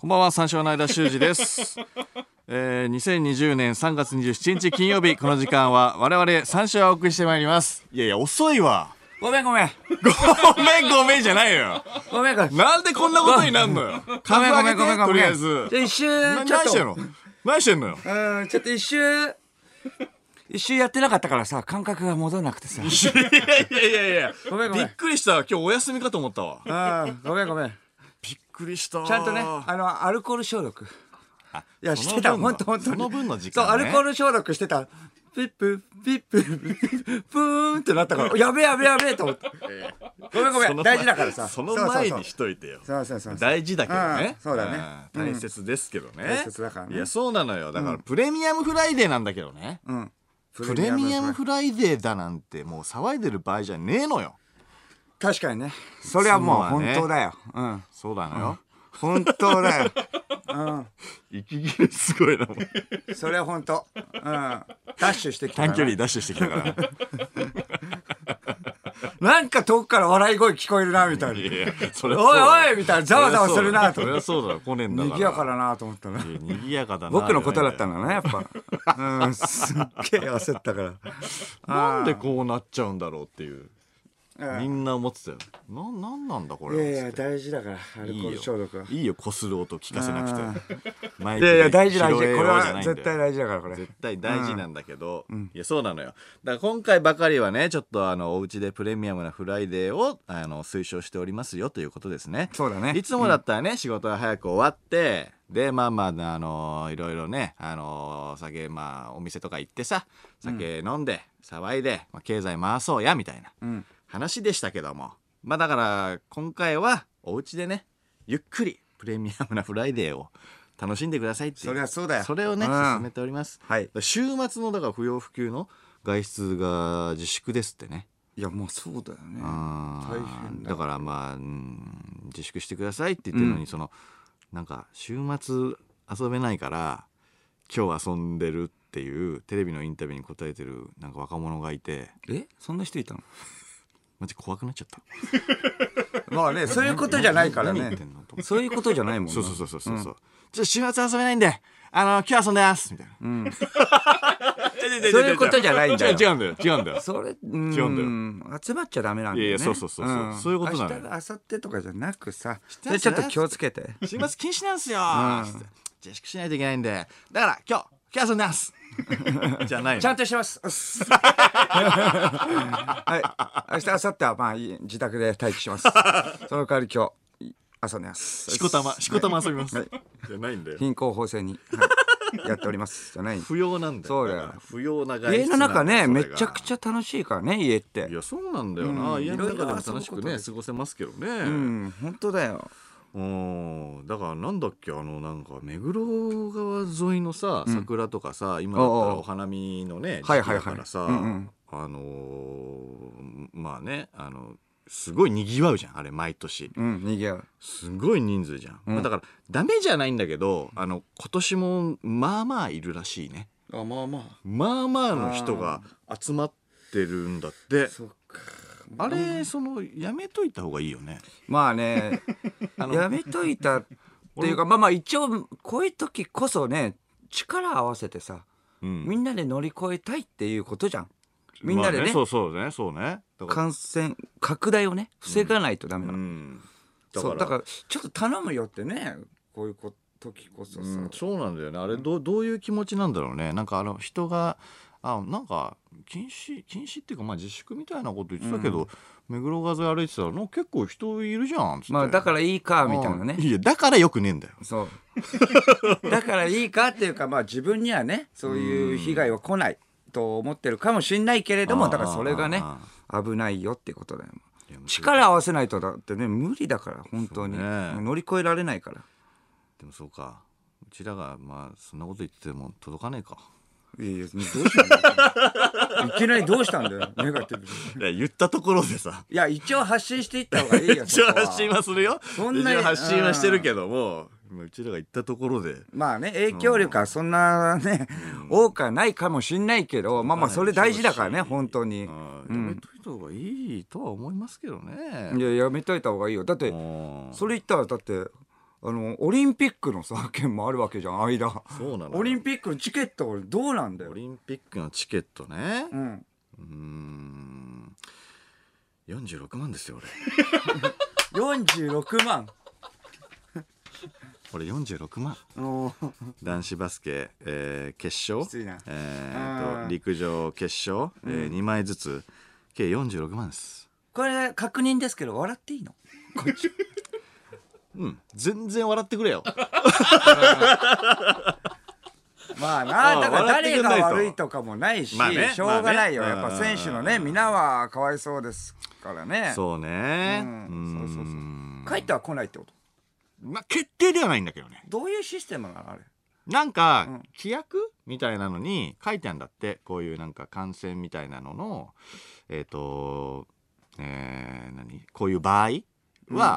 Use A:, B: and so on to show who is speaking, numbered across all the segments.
A: こんばんは、三四郎の間修二です。2020年3月27日金曜日、この時間は我々三四郎をお送りしてまいります。いやいや、遅いわ。
B: ごめん
A: ごめんじゃないよ。
B: ごめん
A: なんでこんなことになるのよ。
B: ごめん
A: とりあえず。
B: 一周
A: 何してんのよ。
B: ちょっと一周やってなかったからさ、感覚が戻らなくてさ。
A: いや
B: ごめん
A: びっくりした。今日お休みかと思ったわ。
B: ごめん
A: びっくりした。
B: ちゃんとね、アルコール消毒いやしてた。ほんと
A: その分の時間ね。
B: そう、アルコール消毒してた。ピップピッププーンってなったから、やべえと思って。ごめん大事だからさ。
A: その前にしといてよ。
B: そう
A: 大事だけどね。
B: そうだね。
A: 大切ですけどね。
B: 大切だからね。
A: いや、そうなのよ。だからプレミアムフライデーなんだけどね。プレミアムフライデーだなんてもう騒いでる場合じゃねえのよ。
B: 確かにね。それはもう本当だよ。
A: そうだのよ。
B: 本当だよ。
A: 息切れすごいなもん。
B: それは本当。ダッシュしてきたから。
A: 短距離ダッシュしてきたから。
B: なんか遠くから笑い声聞こえるなみたいな。おいみたいな、ざわざわするなと。
A: そりゃそうだ、来ねえんだから。
B: 賑やかだなと思ったら。
A: 賑やかだな。
B: 僕のことだったんだね、やっぱ。すっげえ焦ったから。
A: なんでこうなっちゃうんだろうっていう。みんな思ってたよ。なんなんだこれ。
B: いや大事だからアルコール消毒は。
A: いいよ、こする音聞かせなくて。
B: いや大事。これは絶対大事だから、これ
A: 絶対大事なんだけど、いやそうなのよ。だから今回ばかりはね、ちょっとお家でプレミアムなフライデーを推奨しておりますよということですね。
B: そうだね。
A: いつもだったらね、仕事が早く終わってでいろいろね酒お店とか行ってさ、酒飲んで騒いで、経済回そうやみたいな話でしたけども、だから今回はお家でね、ゆっくりプレミアムなフライデーを楽しんでくださいっていう。
B: そりゃそうだよ。
A: それをね、進めております。
B: はい。
A: 週末のだから不要不急の外出が自粛ですってね。
B: いやもうそうだよね。
A: 大変だから自粛してくださいって言ってるのに、なんか週末遊べないから今日遊んでるっていうテレビのインタビューに答えてるなんか若者がいて、
B: そんな人いたの？
A: マジ怖くなっちゃった。
B: まあね、そういうことじゃないからね。そういうことじゃないもんね。
A: そうちょっと週末遊べないんで今日遊んでますみたいな。
B: そういうことじゃないんだよ。
A: 違うんだよ。
B: それ違
A: うんだよ。
B: 集まっちゃダメなんだよね。
A: いやそういうことなのよ。
B: 明後日とかじゃなくさ、それちょっと気をつけて。
A: 週末禁止なんすよ。自粛しないといけないんで、だから今日遊んでます。じゃない。
B: ちゃんとしてます。はい。明日明後日は自宅で待機します。その代わり今日遊んでます。
A: しこたま遊びます。じゃないんだよ。
B: 貧困法制にやっております。じゃない。
A: 不要なんだよ。
B: そうだよ。
A: 不要な外出。
B: 家の中ね、めちゃくちゃ楽しいからね、家って。
A: いやそうなんだよな。家の中でも楽しくね過ごせますけどね。
B: 本当だよ。
A: だからなんだっけ、なんか目黒川沿いのさ、桜とかさ、今だったらお花見のね時期だからさ、まあね、すごい賑わうじゃん、あれ毎年。
B: 賑わう。す
A: ごい人数じゃん。だからダメじゃないんだけど、今年もまあまあいるらしいね。まあまあの人が集まってるんだって。
B: そっか。
A: あれやめといた方がいいよね。
B: まあねやめといたっていうか、一応こういう時こそね、力合わせてさ、みんなで乗り越えたいっていうことじゃん。みんなでね、
A: そうね
B: 感染拡大をね防がないとダメなの。だからちょっと頼むよってね、こういう時こそさ。
A: そうなんだよね。あれどういう気持ちなんだろうね。なんか人がなんか禁止っていうか自粛みたいなこと言ってたけど、目黒川沿い歩いてたら結構人いるじゃんっつって。
B: だからいいかみたいなね。
A: いやだからよくねえんだよ。
B: そうだからいいかっていうか、自分にはねそういう被害は来ないと思ってるかもしれないけれども、だからそれがね危ないよってことだよ。力合わせないとだってね無理だから本当に、乗り越えられないから。
A: でもそうか、うちらがそんなこと言ってても届かねえか。
B: どうしたんだよ。いきなりどうしたんだよ、ネガティブ。
A: 言ったところでさ。
B: いや一応発信していった方がいいよ。
A: 一応発信はするよ。一応発信はしてるけども、うちらが言ったところで
B: 影響力はそんなね多くはないかもしんないけど、それ大事だからね本当に。
A: やめといた方がいいとは思いますけどね。
B: いややめといた方がいいよ。だってそれ言ったらだってオリンピックのさ券もあるわけじゃん間。
A: そうなの。
B: オリンピックのチケットどうなんだよ。
A: オリンピックのチケットね。
B: うん
A: 46万ですよ
B: 46万
A: 俺46万。
B: おー
A: 男子バスケ、決勝
B: きついな
A: 陸上決勝、2枚ずつ計46万です。
B: これ確認ですけど笑っていいの？こっち
A: 全然笑ってくれよ。
B: まあな、だから誰が
A: 笑ってくんないと
B: 悪いとかもないし、
A: まあね
B: しょうがないよ、
A: まあね
B: やっぱ選手のね皆はかわいそうですからね。
A: そうね。
B: そうそうそう帰っては来ないってこと？
A: まあ決定ではないんだけどね。
B: どういうシステムなのあれ？
A: なんか、規約みたいなのに書いてあるんだって。こういうなんか感染みたいなののこういう場合は、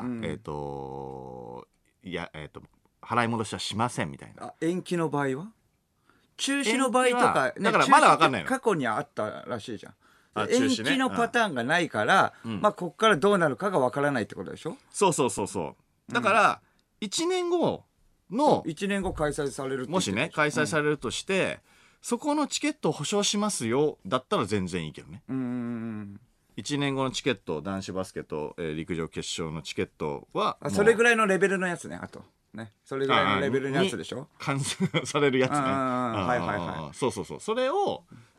A: 払い戻しはしませんみたいな。
B: 延期の場合は？中止の場合とか、
A: だからまだ分かんないの。
B: 過去にあったらしいじゃん。延
A: 中止ね
B: 期のパターンがないから、まあこっからどうなるかが分からないってことでしょ？
A: そうだから、1年後の
B: 1年後開催されるって
A: もしね開催されるとして、そこのチケットを保証しますよだったら全然いいけどね。1年後のチケット、男子バスケと、陸上決勝のチケットは
B: それぐらいのレベルのやつね。あとね、それぐらいのレベルのやつでしょ？
A: 完成されるやつね。
B: はいはいはい。
A: そうそれを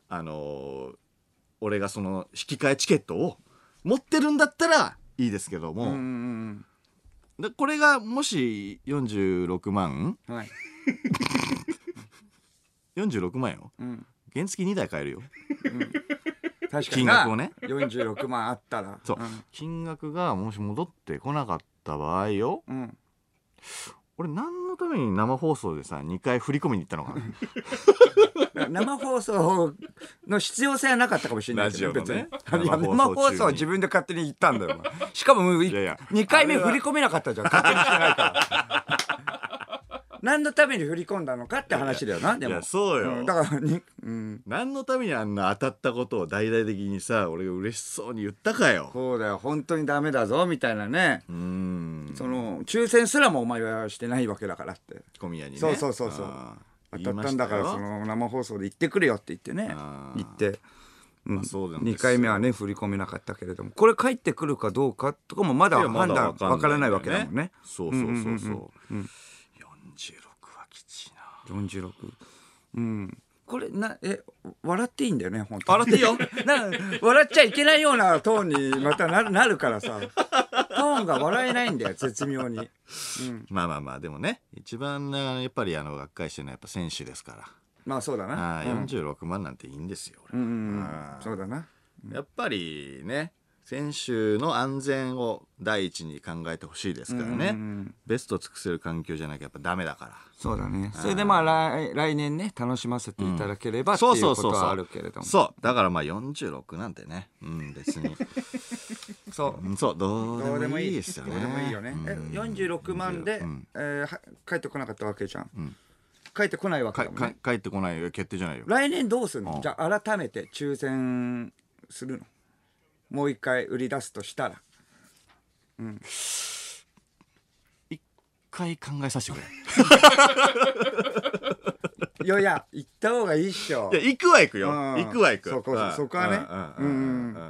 A: 俺がその引き換えチケットを持ってるんだったらいいですけども、でこれがもし46万、
B: はい、
A: 46万よ、原付2台買えるよ、
B: 確かに
A: 金額をね。
B: 46万あったら
A: そう、金額がもし戻ってこなかった場合よ、俺何のために生放送でさ2回振り込みに行ったのかな。
B: 生放送の必要性はなかったかもしれないけど、
A: ラジオのね、
B: 別に生放送は自分で勝手に言ったんだよ。しかも2回目振り込めなかったじゃん、勝手にしてないから何のために振り込んだのかって話だよな。でも
A: いやそうよ、
B: だから
A: 何のためにあんな当たったことを大々的にさ俺が嬉しそうに言ったかよ。
B: そうだよ、本当にダメだぞみたいなね。その抽選すらもお前はしてないわけだからって
A: 小宮にね。
B: そう当たったんだからその生放送で言ってくれよって言ってね、言って、2回目はね振り込めなかったけれども、これ帰ってくるかどうかとかもまだ判断わからないわけだもんね。
A: そう46はきちいな。
B: 46、これ笑っていいんだよね、本当
A: 笑っていいよ
B: 笑っちゃいけないようなトーンにまたなるからさ、トーンが笑えないんだよ絶妙に。
A: まあでもね、一番やっぱりがっかりしてるのはやっぱ選手ですから。
B: まあそうだな。
A: 46万なんていいんですよ。
B: そうだな。
A: やっぱりね、選手の安全を第一に考えてほしいですからね。ベストを尽くせる環境じゃなきゃやっぱダメだから。
B: そうだね。それでまあ来年ね楽しませていただければっていうことはあるけれども、
A: そうだからまあ46なんてね、別にそうどうでもいいですよね。
B: どうでもいいよね。46万で帰ってこなかったわけじゃん。帰ってこないわけだもんね。
A: 帰ってこないよ、決定じゃないよ。
B: 来年どうするの？じゃあ改めて抽選するの？もう一回売り出すとしたら、
A: 一回考えさせてくれ。
B: いや行った方がいいっしょ。
A: いや行くは行くよ、行くは行く。
B: そこはね。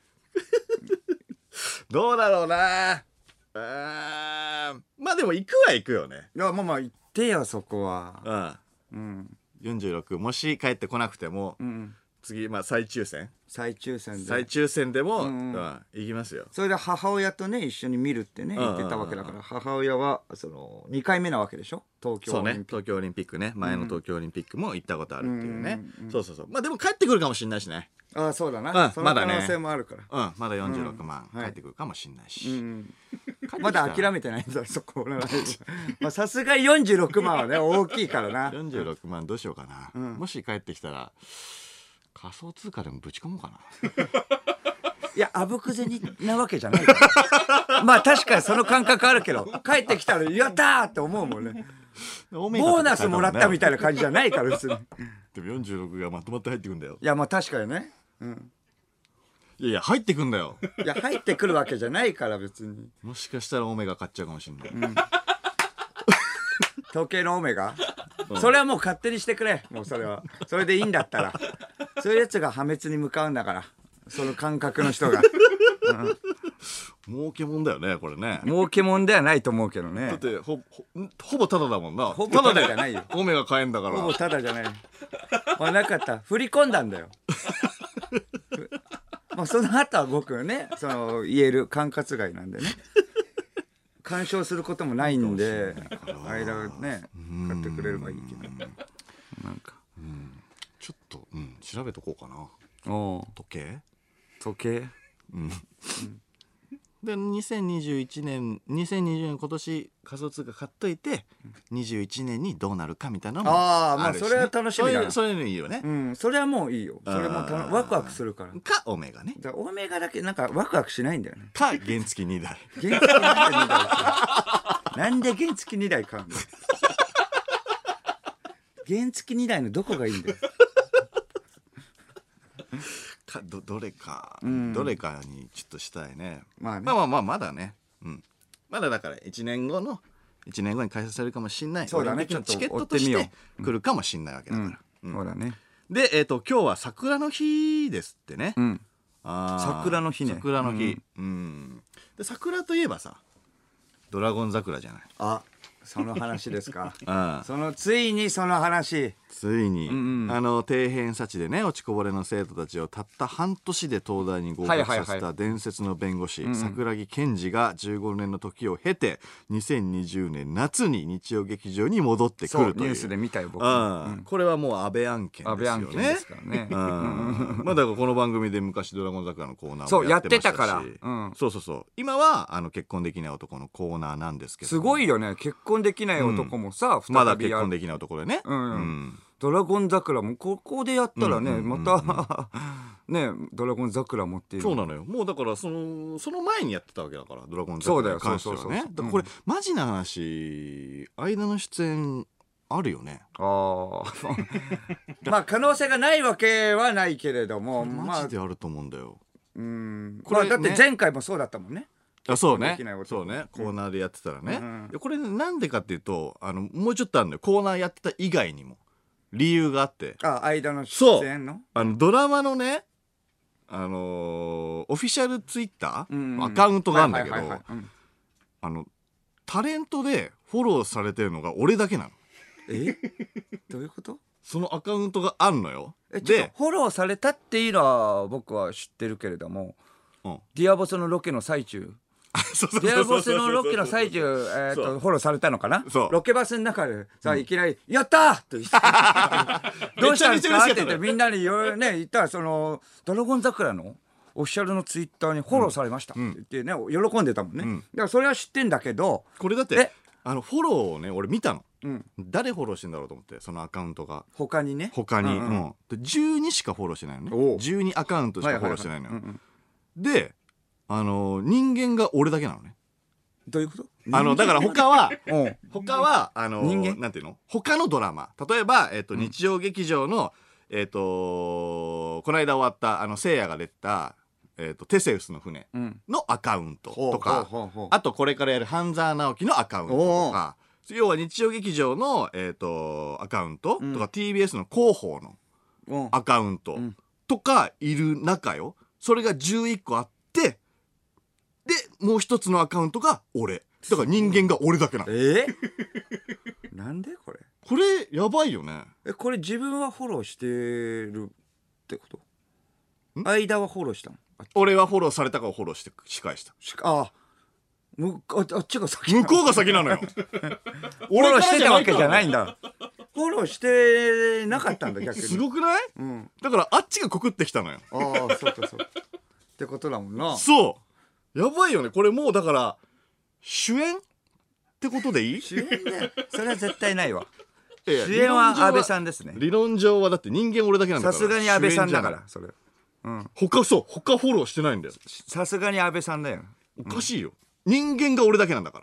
A: どうだろうな。まあでも行くは行くよね。
B: いやまあ行ってよそこは。
A: 46もし帰ってこなくても、次再抽選でも行きますよ。
B: それで母親とね一緒に見るってね言ってたわけだから、母親はその2回目なわけでしょ、東京オリンピック。そうね、
A: 東京オリンピックね、前の東京オリンピックも行ったことあるっていうね。そうまあでも帰ってくるかもしれないしね。
B: そうだな、その可能性もあるから。
A: まだ46万帰ってくるかもしれないし、
B: まだ諦めてないんだそこ。さすがに46万はね大きいからな。
A: 46万どうしようかな。もし帰ってきたら仮想通貨でもぶち込もうかな。
B: いやあぶく銭なわけじゃないからまあ確かにその感覚あるけど、帰ってきたらやったーって思うもんね。ボーナスもらったみたいな感じじゃないから別に。
A: でも46がまとまって入ってくんだよ。
B: いやまあ確かにね。
A: いや入ってくんだよ。
B: いや入ってくるわけじゃないから別に。
A: もしかしたらオメガ買っちゃうかもしれない。
B: 時計のオメガ、それはもう勝手にしてくれ。もうそれはそれでいいんだったら、そういうやつが破滅に向かうんだから、その感覚の人が、
A: 儲けもんだよねこれね。
B: 儲けもんではないと思うけど
A: だっ
B: ね。
A: てほぼタダだもんな。
B: ほぼタダじゃないよ。
A: オメガ買えんだから。
B: ほぼタダじゃない。なかった、振り込んだんだよ。まあその後は僕ね、その言える管轄外なんでね、干渉することもないんで、間をね買ってくれればいいけど、なんか
A: ちょっと、調べとこうかな。
B: お
A: 時計
B: 時計、
A: で2021年今年仮想通貨買っといて、21年にどうなるかみたいなのも
B: ああ、まあ
A: るしね。
B: それは楽しみだな。
A: そういうのいいよね。
B: それはもういいよ。それもワクワクするから。
A: かオメガね。
B: だからオメガだけなんかワクワクしないんだよね。
A: か原付2台。
B: 原付なんで2台か。なんで原付2台買うの。原付2台のどこがいいんだよ。
A: どれか、どれかにちょっとしたいね。
B: まあね、
A: まだね、まだだから1年後に開催されるかもしんない。
B: そうだね、
A: オリンピックのチケット
B: ちょっと追ってみよ
A: として来るかもしんないわけだから。
B: そうだね。
A: で今日は桜の日ですってね。
B: 桜の日ね。
A: 桜の日。で桜といえばさ、ドラゴン桜じゃない。
B: あ、その話ですか。
A: あ
B: ついにその話。
A: ついに、底辺幸でね、落ちこぼれの生徒たちをたった半年で東大に合格させた伝説の弁護士、桜木健二が15年の時を経て2020年夏に日曜劇場に戻ってくるという。
B: ニュースで見たよ僕。
A: これはもう安倍案件ですよね。
B: 安倍案件ですからね。
A: まあだからこの番組で昔ドラゴン桜のコーナー
B: そう
A: もやってましたし、
B: やってたから。
A: そう今は結婚できない男のコーナーなんですけど、
B: すごいよね、結婚できない男もさ、
A: まだ結婚できない男でね。
B: ドラゴン桜もここでやったらね、またね、ドラゴン桜もっていう。
A: そうなのよ。もうだからその前にやってたわけだから、ドラゴン桜に関してはね。だからこれマジな話、間の出演あるよね。
B: まあ可能性がないわけはないけれども、
A: マジであると思うんだよ。
B: これだって前回もそうだったもんね。
A: そうね、コーナーでやってたらね。これなんでかっていうと、もうちょっとあるのよ。コーナーやってた以外にも理由があって。
B: 間の出演の
A: ドラマのね、オフィシャルツイッターアカウントがあるんだけど、タレントでフォローされてるのが俺だけなの。
B: どういうこと？
A: そのアカウントがあるのよ。
B: でフォローされたっていうのは僕は知ってるけれども、ディアボスのロケの最中、ディアボスのロケの最中、フォローされたのかな。ロケバスの中でさ、いきなり「やった!」って言って「どうしたんですか?」って言ってみんなに言ったら、そのドラゴン桜のオフィシャルのツイッターにフォローされましたって言ってね、喜んでたもんね。だからそれは知ってんだけど、
A: これだってフォローをね俺見たの。誰フォローしてんだろうと思って、そのアカウントが
B: 他に
A: 12しかフォローしてないのね。12アカウントしかフォローしてないのよ。で人間が俺だけなのね。
B: どういうこと？
A: だから他は人間なんていうの、他のドラマ、例えば日曜劇場のこの間終わった聖夜が出たテセウスの船のアカウントとか、あとこれからやる半沢直樹のアカウントとか、要は日曜劇場のアカウントとか TBS の広報のアカウントとかいる中よ。それが11個あって、でもう一つのアカウントが俺だから、人間が俺だけなの。
B: なんでこ
A: れやばいよね。
B: これ自分はフォローしてるってこと？間はフォローしたの？
A: 俺はフォローされたかをフォローして仕返した。
B: あっちが先。
A: 向こうが先なのよ。
B: 俺フォローしてたわけじゃないんだ。フォローしてなかったんだ逆に。
A: すごくない？だからあっちが告ってきたのよ。
B: そうかってことだもんな。
A: そうやばいよね。これもうだから主演ってことでいい？
B: 主演でそれは絶対ないわ。主演は安倍さんですね。
A: 理論上はだって人間俺だけなんだから。
B: さすがに安倍さんだからそれ。
A: 他フォローしてないんだよ。
B: さすがに安倍さんだよ。
A: おかしいよ。人間が俺だけなんだから。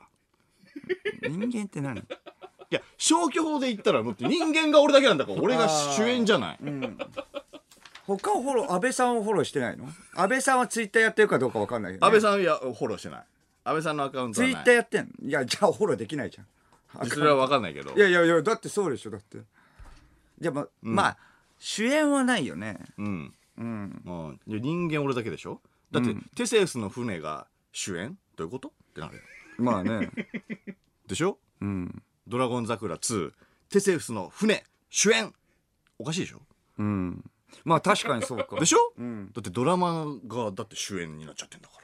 B: 人間って何？い
A: や消去法で言ったらもっと人間が俺だけなんだから、俺が主演じゃない。
B: 他を安倍さんをフォローしてないの？安倍さんはツイッターやってるかどうか分かんないけど、
A: 安倍さんフォローしてない。安倍さんのアカウントはない。
B: ツイッターやってんの？いやじゃあフォローできないじゃん。
A: それは分かんないけど。
B: いやいやいや、だってそうでしょ。だってでも、まあ主演はないよね。
A: いや人間俺だけでしょ。だって、テセウスの船が主演どういうことってなるよ。
B: まあね。
A: でしょ。ドラゴン桜2テセウスの船主演おかしいでしょ。
B: まあ確かにそうか。
A: でしょ、だってドラマがだって主演になっちゃってんだから。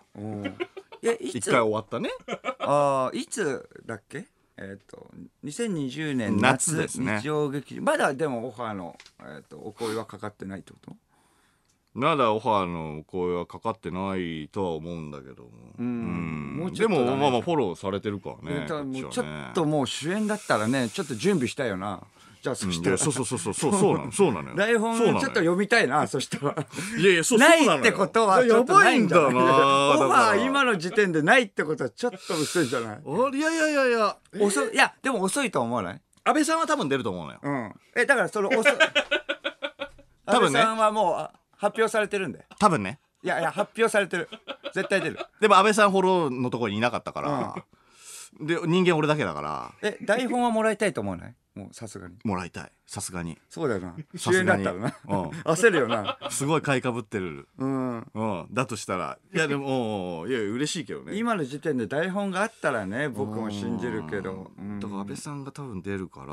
A: 一回終わったね。
B: いつだっけ。2020年
A: 夏ですね。
B: 日曜劇場まだでもオファーの、お声はかかってないってこと。
A: まだオファーの声はかかってないとは思うんだけども、でもまあまあフォローされてるからね。
B: もうちょっともう主演だったらね、ちょっと準備したいよな。じゃあそしたら、
A: そうなのよ。
B: 台本ちょっと読みたいな。そしたら
A: いやいや、そうなのよ。
B: ないってことはちょっとないんだな。オファ
A: だ
B: ー今の時点でないってことはちょっと薄いじゃない。
A: いやいやいやいや、
B: いやでも遅いと思わない。
A: 安倍さんは多分出ると思うのよ。
B: だからその遅い
A: 多分ね。
B: 安倍さんはもう発表されてるんで。
A: 多分ね。
B: いや発表されてる。絶対出る。
A: でも安倍さんフォローのところにいなかったから、で人間俺だけだから。
B: 台本はもらいたいと思わない。もうさすがに
A: もらいたい。さすがに
B: そうだよな。主演だったらな焦るよな。
A: すごい買いかぶってる。だとしたら、いやでもいや嬉しいけどね。
B: 今の時点で台本があったらね、僕も信じるけど。
A: だから安倍さんが多分出るから、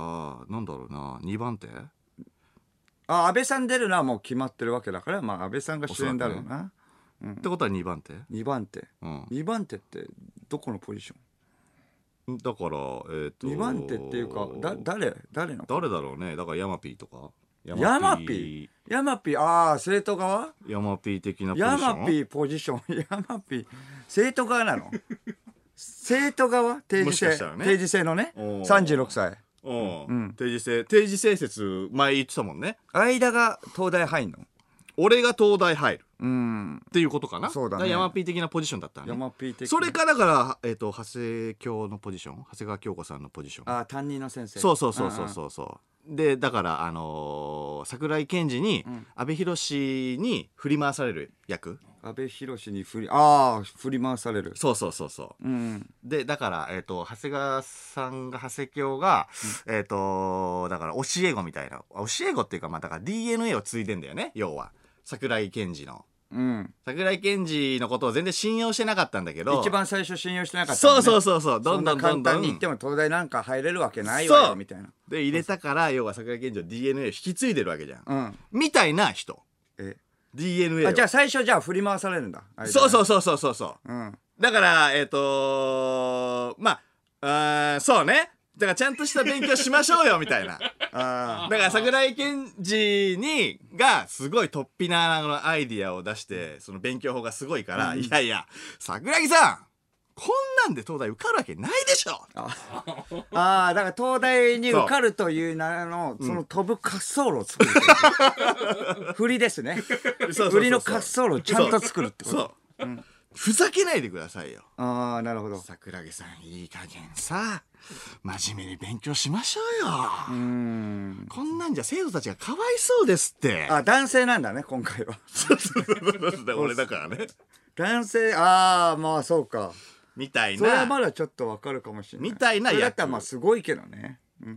A: なんだろうな、2番手。
B: 安倍さん出るのはもう決まってるわけだから、まあ安倍さんが主演だろうな。
A: ってことは2番手。
B: 2番手。2番手ってどこのポジション。
A: だから
B: 2番手っていうか誰の。
A: 誰だろうね。だからヤマピーとか。
B: ヤマピー、生徒側。
A: ヤマピー的なポジション。
B: ヤマピーポジション。ヤマピー生徒側なの。生徒側。定時制のね。36歳。
A: 定時制説前言ってたもんね。
B: 間が東大入んの。
A: 俺が東大入るっていうことかな。
B: そうだね。
A: ヤマピー的なポジションだったね。
B: ヤマピー的。
A: それかだから長谷京のポジション、長谷川京子さんのポジション。
B: 担任の先生。
A: そうで、だから桜井賢治に阿部寛に振り回される役。
B: 阿部寛に振り回される。
A: そう、でだから長谷川さんが長谷京がだから教え子みたいな、教え子っていうか、まあだから DNA を継いでんだよね、要は桜井賢治の。桜井賢治のことを全然信用してなかったんだけど、
B: 一番最初信用してなかったんだね。
A: そうどんどん
B: 簡単に言っても東大なんか入れるわけないわよみたいな。
A: で入れたから、要は桜井賢治の DNA を引き継いでるわけじゃん、みたいな人。DNA を
B: じゃあ最初振り回されるんだ。
A: そう、だからまあそうね。だからちゃんとした勉強しましょうよみたいな。だから桜井賢治がすごい突飛なアイディアを出して、その勉強法がすごいから、いやいや桜木さん、こんなんで東大受かるわけないでしょ。
B: だから東大に受かるという名のその飛ぶ滑走路を作る。振りですね。振りの滑走路をちゃんと作るってこと。
A: ふざけないでくださいよ。
B: なるほど。
A: 桜木さん、いい加減さ真面目に勉強しましょうよ。こんなんじゃ生徒たちがかわいそうですって。
B: 男性なんだね今回は。
A: 俺だからね。
B: 男性。まあそうか。
A: みたいな。
B: それはまだちょっとわかるかもしれない。
A: みたいな
B: 役。それだったらまあすごいけどね。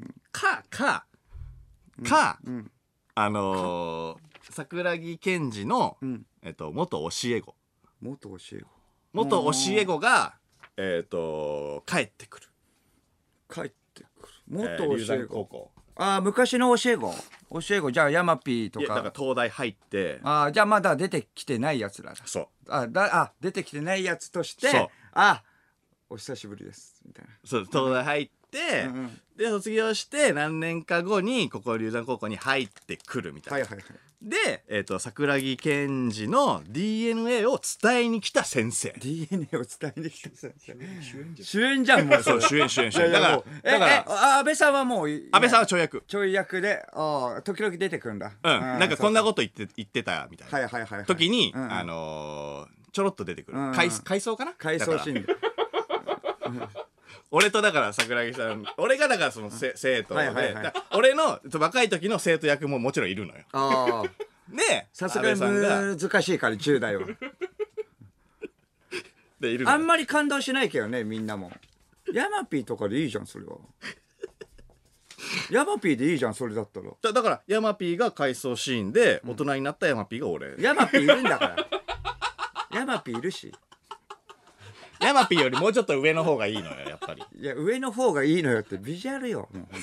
A: 桜木賢治の元教え子。元教え子が帰ってくる。元教え子。
B: 昔の教え子。じゃあヤマピーとか。
A: だから東大入って。
B: じゃあまだ出てきてないやつらだ。
A: そう。
B: 出てきてないやつとして。
A: そう。
B: お久しぶりですみたいな。
A: そう、東大入って、で卒業して何年か後にここ龍山高校に入ってくるみたいな。で、桜木賢治の DNA を伝えに来た先生。
B: DNA を伝えに来た先生。主演じゃんもう。
A: そう、主演だ
B: から安倍さんはもう。
A: 安倍さんはちょい役
B: で時々出てくるんだ。
A: なんかこんなこと言ってたみたいな時にちょろっと出てくる。回想かな。
B: 回想シーンで。
A: 俺とだから桜木さん、俺がだからその生徒で、俺の若い時の生徒役ももちろんいるのよ。で
B: さすがに難しいから10代は。
A: でいる。
B: あんまり感動しないけどね、みんなも。ヤマピーとかでいいじゃんそれは。 ヤマピーでいいじゃんそれだったら。
A: だからヤマピーが回想シーンで大人になったヤマピーが俺、
B: ヤマピーいるんだからヤマピーいるし。
A: ヤマピーよりもうちょっと上の方がいいのよやっぱり。
B: いや上の方がいいのよってビジュアルよもう本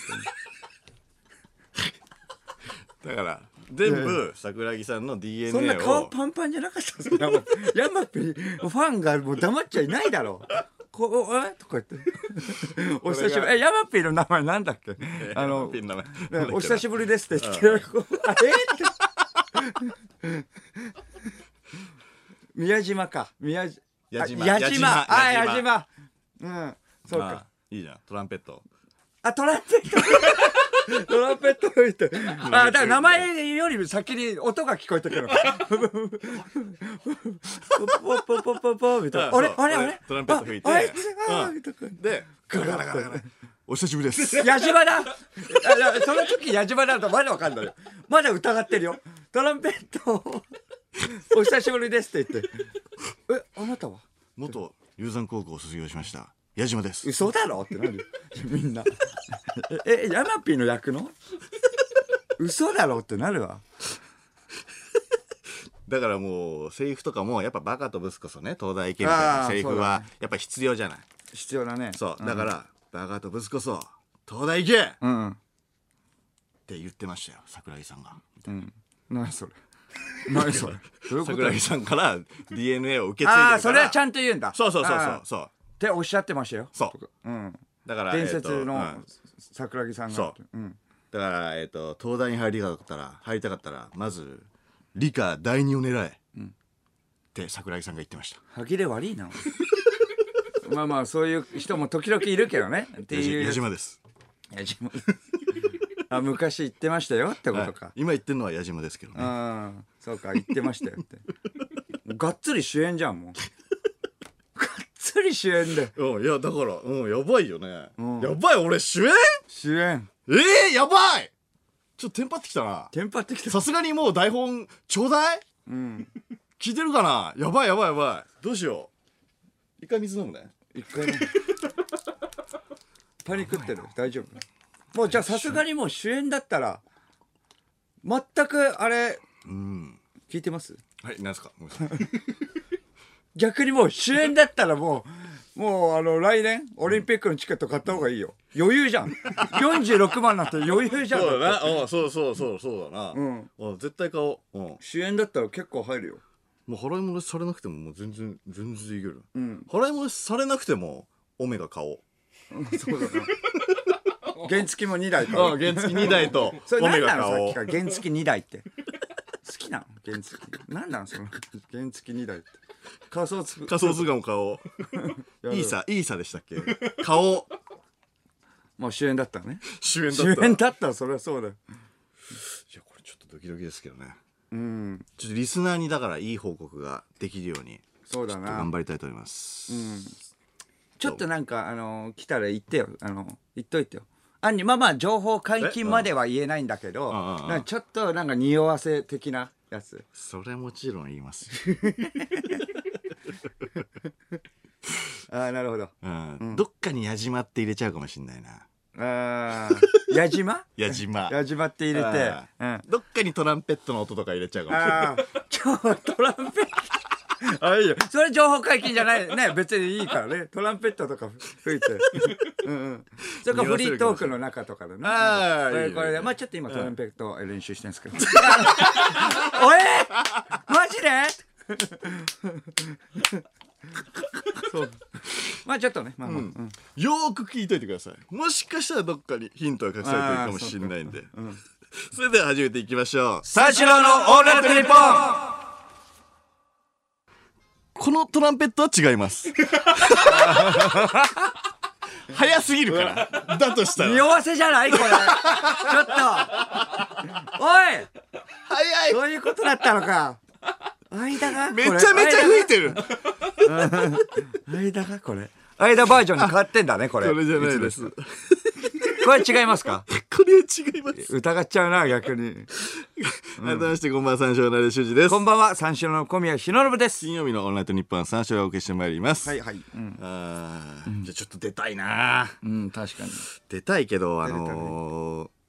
B: 当に。
A: だから全部桜木さんの DNA を
B: そんな顔パンパンじゃなかったぞヤマピーファンがもう黙っちゃいないだろう。こうとか言ってお久しぶり。ヤマピーの名前なんだっけ。
A: ヤマピーの名前
B: お久しぶりですって言ってって宮島か矢島矢島うんそうか、
A: いいじゃんトランペット。
B: トランペットトランペット吹いてだから名前より先に音が聞こえてくるのポポポポポみたいな。あれ
A: トランペット吹いてでガラガラガラガラお久しぶりです
B: 矢島だその時矢島だとまだわかんないよ。まだ疑ってるよ。トランペットお久しぶりですって言ってあなたは
A: 元龍山高校を卒業しました矢島です。
B: 嘘だろってなるみんなヤマピーの役の嘘だろってなるわ。
A: だからもうセリフとかもやっぱバカとブスこそね東大行けみたいなセリフはやっぱ必要じゃない。
B: 必要だね。
A: そうだからバカとブスこそ東大行けって言ってましたよ桜木さんが。
B: 何それ何それ
A: 桜木さんから DNA を受け継いでるから。
B: それはちゃんと言うんだ。
A: そう
B: っておっしゃってましたよ。
A: そうだから
B: 伝説の桜木さんが
A: そうだから東大に入りたかったらまず理科第2を狙えって桜木さんが言ってました。
B: 歯切れ悪いなまあそういう人も時々いるけどねっていう。
A: 矢島です。
B: 矢島昔言ってましたよってことか。
A: 今言ってるのは矢島ですけどね。
B: そうか言ってましたよってがっつり主演じゃんもうがっつり主演で。
A: いやだからやばいよね。やばい俺主演やばいちょっとテンパってきたな。
B: テンパってきた。
A: さすがにもう台本ちょうだい。聞いてるかな。やばいどうしよう。一回水飲むね。
B: 一回ねパニックってる。大丈夫。もうじゃあさすがにもう主演だったら全くあれ聞いてます。
A: はいなんですか。
B: 逆にもう主演だったらもう来年オリンピックのチケット買った方がいいよ。余裕じゃん46万なんて余裕じゃん。
A: そうだな。そうだな。絶対買おう。
B: 主演だったら結構入るよ。
A: もう払い戻しされなくてももう全然いける。払い戻しされなくてもオメガ買おう。
B: そうだな原付も2台買おう。
A: 原付2台と
B: オメガ買おう。さっきから原付2台って好きなの。原付なんなんその原付2台って仮想通貨
A: も買おうイーサでしたっけ。買おう。
B: もう主演だったらね。
A: 主演だったら
B: それはそうだよ。
A: いやこれちょっとドキドキですけどね。ちょっとリスナーにだからいい報告ができるように
B: そうだな
A: 頑張りたいと思います。
B: ちょっとなんか来たら言ってよ。言っといてよ。情報解禁までは言えないんだけどちょっとなんか匂わせ的なやつ。
A: それもちろん言います
B: なるほど。
A: どっかに矢島って入れちゃうかもしんないな。
B: 矢島
A: 矢島
B: って入れて
A: どっかにトランペットの音とか入れちゃうかもしれない。
B: トランペットいいよ。それ情報解禁じゃないね。別にいいからね。トランペットとか吹いてそれからフリートークの中とかでね。これでちょっと今トランペット練習してるんですけどマジでそうちょっとね
A: よーく聞いといてください。もしかしたらどっかにヒントが隠されてるかもしれないんで。それでは始めていきましょう。
B: 三四郎のオールナイトニッポン。
A: このトランペットは違います早すぎるからだとしたら
B: 匂わせじゃないこれちょっとおい
A: 早い。
B: そういうことだったのか。間が
A: めちゃめちゃ吹いてる
B: 間がこれ間バージョンに変わってんだねこれ。
A: それじゃないです。
B: これ違いますか。
A: これは違います。
B: 疑っちゃうな逆に。
A: 改めましてこんばんは三四郎の成修二です。
B: こんばんは三四郎の小宮浩信です。
A: 金曜日のオールナイトニッポン三四郎をお送りしてまいります。
B: はい、
A: じゃあちょっと出たいな。
B: 確かに
A: 出たいけど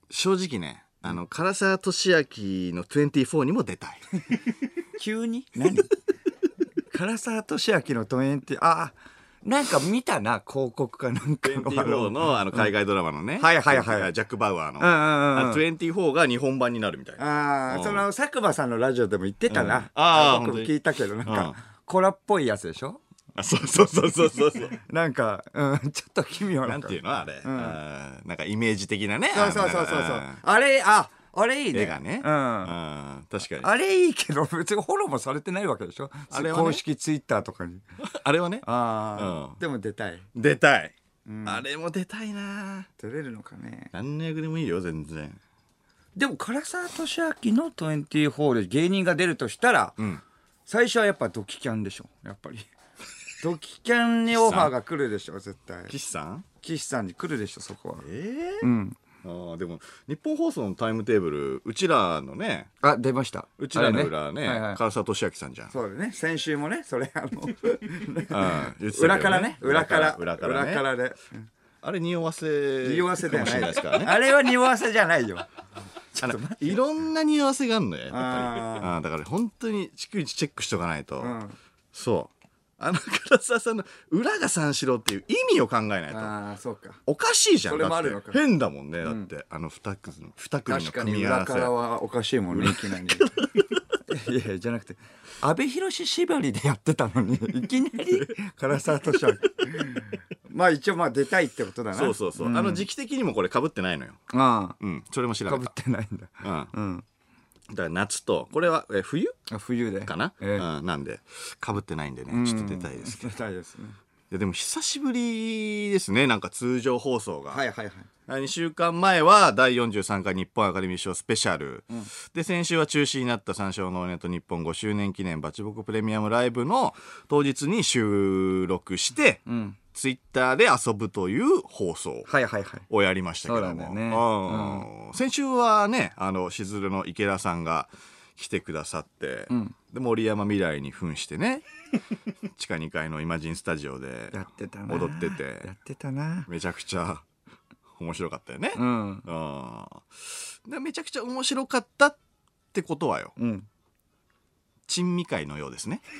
A: 正直ね唐沢寿明の24にも出たい。
B: 急に何唐沢寿明の20、なんか見たな広告かなんか
A: 24の海外ドラマのね、
B: はいはいはい
A: ジャック・バウアーの、24が日本版になるみたいな。
B: その佐久間さんのラジオでも言ってたな、僕も聞いたけどなんか、コラっぽいやつでしょ。
A: そう
B: なんか、ちょっと奇妙な
A: なんていうのあれ、なんかイメージ的なね。
B: そうあれいいね。
A: 絵がね、確かに
B: あれいいけど別にフォローもされてないわけでしょ。あれはね、公式ツイッターとかに
A: あれはね。
B: でも出たい、
A: あれも出たいな。
B: 出れるのかね。
A: 何の役でもいいよ全然。
B: でも唐沢寿明の24で芸人が出るとしたら、最初はやっぱドキキャンでしょ。やっぱりドキキャンにオファーが来るでしょ絶対。岸さんに来るでしょそこは。
A: でも日本放送のタイムテーブルうちらのね、
B: 出ました。
A: うちらの裏ね、唐沢寿明さんじゃん。
B: そうだね、先週もねそれ
A: 裏から
B: で、
A: あれ匂わせ
B: ではない
A: ですからね。
B: あれは匂わせじゃないよ。
A: いろんな匂わせがあるのよやっぱり。だから本当に逐一チェックしとかないと。そう唐沢さんの裏が三四郎っていう意味を考えないと。
B: そうか、
A: おかしいじゃん。
B: それもあるのか。
A: 変だもんねだって2組の組み合わせ。
B: 確かに裏からはおかしいもんねいきなり。いやじゃなくて阿部寛縛りでやってたのにいきなり唐沢寿明まあ一応出たいってことだな。
A: そう時期的にもこれ被ってないのよ。それも調べた。
B: 被ってないんだ。
A: だから夏とこれは冬
B: で
A: かな、なんで被ってないんでねちょっと出たいですけど。
B: 出たいですね。
A: でも久しぶりですねなんか通常放送が。
B: 2
A: 週間前は第43回日本アカデミー賞スペシャル、で先週は中止になった三四郎のオールナイトニッポン5周年記念バチボコプレミアムライブの当日に収録して、ツイッターで遊ぶという放送をやりましたけども、先週はねしずるの池田さんが来てくださって、で森山未来に扮してね地下2階のイマジンスタジオで踊ってて
B: やってたな。
A: めちゃくちゃ面白かったよね。でめちゃくちゃ面白かったってことはよ、珍味会のようですね。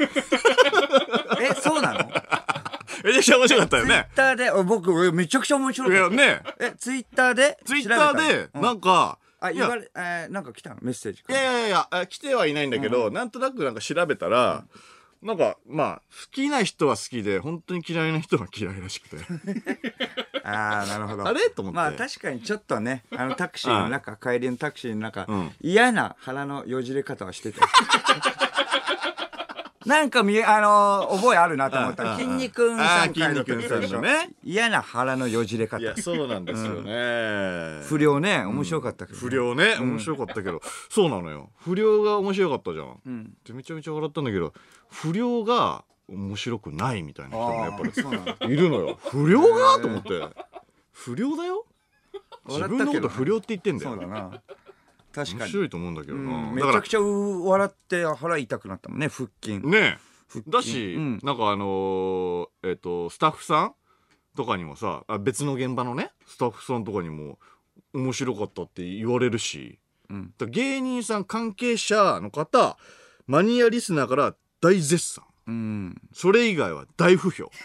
B: そうなの？
A: めちゃくちゃ面白かったよね。
B: ツイッターで僕めちゃくちゃ面白かった。
A: ね。
B: ツイッターで
A: なんか
B: なんか来たのメッセージ。
A: いや来てはいないんだけど、なんとなくなんか調べたら、なんか好きな人は好きで本当に嫌いな人は嫌いらしくて。
B: なるほど。
A: あれと思って。
B: 確かにちょっとねタクシーの中、帰りのタクシーの中、嫌な腹のよじれ方はしてた。なんか覚えあるなと思ったら筋肉さんのね嫌な腹のよじれ方。
A: いやそうなんですよね。
B: 不良ね面白かったけど。
A: 不良ね面白かったけど、そうなのよ。不良が面白かったじゃん。でめちゃめちゃ笑ったんだけど不良が面白くないみたいな人もやっぱりいるのよ。不良がと思って不良だよ。自分のこと不良って言ってんだよ。
B: そうだな。確かに
A: 面白いと思うんだけどな。
B: めちゃくちゃ笑って腹痛くなったもんね腹筋
A: ね。だしなんかスタッフさんとかにもさ別の現場のねスタッフさんとかにも面白かったって言われるし、芸人さん関係者の方マニアリスナーから大絶賛、それ以外は大不評。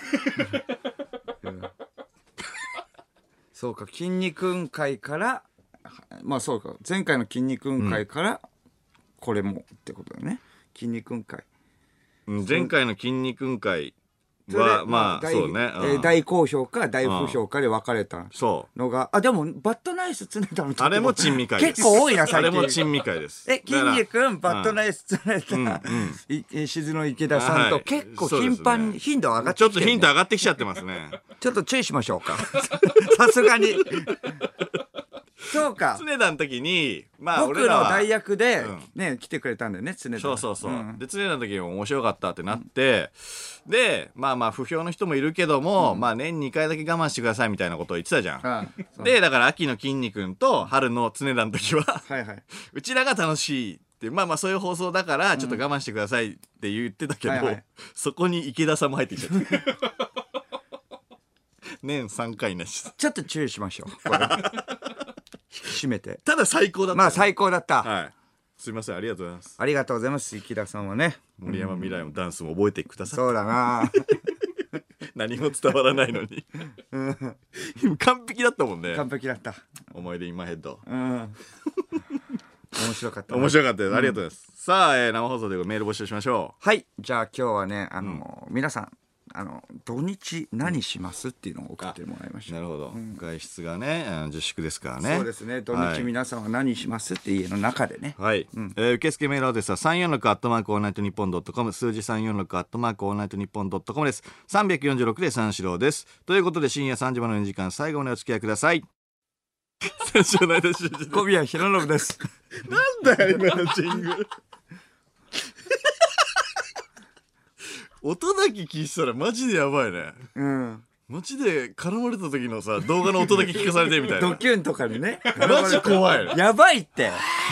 B: そうか筋肉会からそうか前回の筋肉会からこれもってことだね。筋肉会
A: 前回の筋肉会はそうね、
B: 大好評か大不評かで分かれたのがでもバッドナイス常田の
A: あれも珍味会です。
B: 結構多いな最近。
A: あれも珍味会です。
B: 筋肉バッドナイス常田しずの池田さんと結構頻度上がってきて、
A: ちょっと頻度上がってきちゃってますね。
B: ちょっと注意しましょうか。さすがに。そうか。
A: 常田の時に
B: 僕の代役で来てくれたんだよね常田。
A: そうで常田の時に面白かったってなって、で不評の人もいるけども、年2回だけ我慢してくださいみたいなことを言ってたじゃん。でだから秋の筋肉と春の常田の時はうちらが楽しいってそういう放送だからちょっと我慢してくださいって言ってたけど、そこに池田さんも入ってきちゃった年3回なし。
B: ちょっと注意しましょう。引き締めて。
A: ただ最高だった。
B: まあ最高だった。
A: はい。すいません、ありがとうございます。
B: ありがとうございます。池田さんはね。
A: 森山未来のダンスも覚えてください。
B: そうだな。
A: 何も伝わらないのに。完璧だったもんね。
B: 完璧だった。
A: 思い出インマイヘッド。
B: 面白かった。
A: 面白かったです。ありがとうございます。さあ、生放送でメール募集しましょ
B: う。はい。じゃあ今日はね、皆さん土日何しますっていうのを送ってもらいました。
A: なるほど。外出がね自粛ですからね。
B: そうですね。土日皆さんは何しますって家の中でね。
A: はい。受付メールアドレスは346アットマークオールナイトニッポンドットコム、数字346アットマークオールナイトニッポンドットコムです。346で三四郎です。ということで深夜3時までの2時間最後までお付き合いください。先週の間主人
B: 小宮浩信です。
A: なんだよ今のジングル。音だけ聞いてたらマジでやばいね。マジで絡まれた時のさ動画の音だけ聞かされてみたいな。
B: ドキュンとかにね。
A: マジ怖い。
B: やばいって。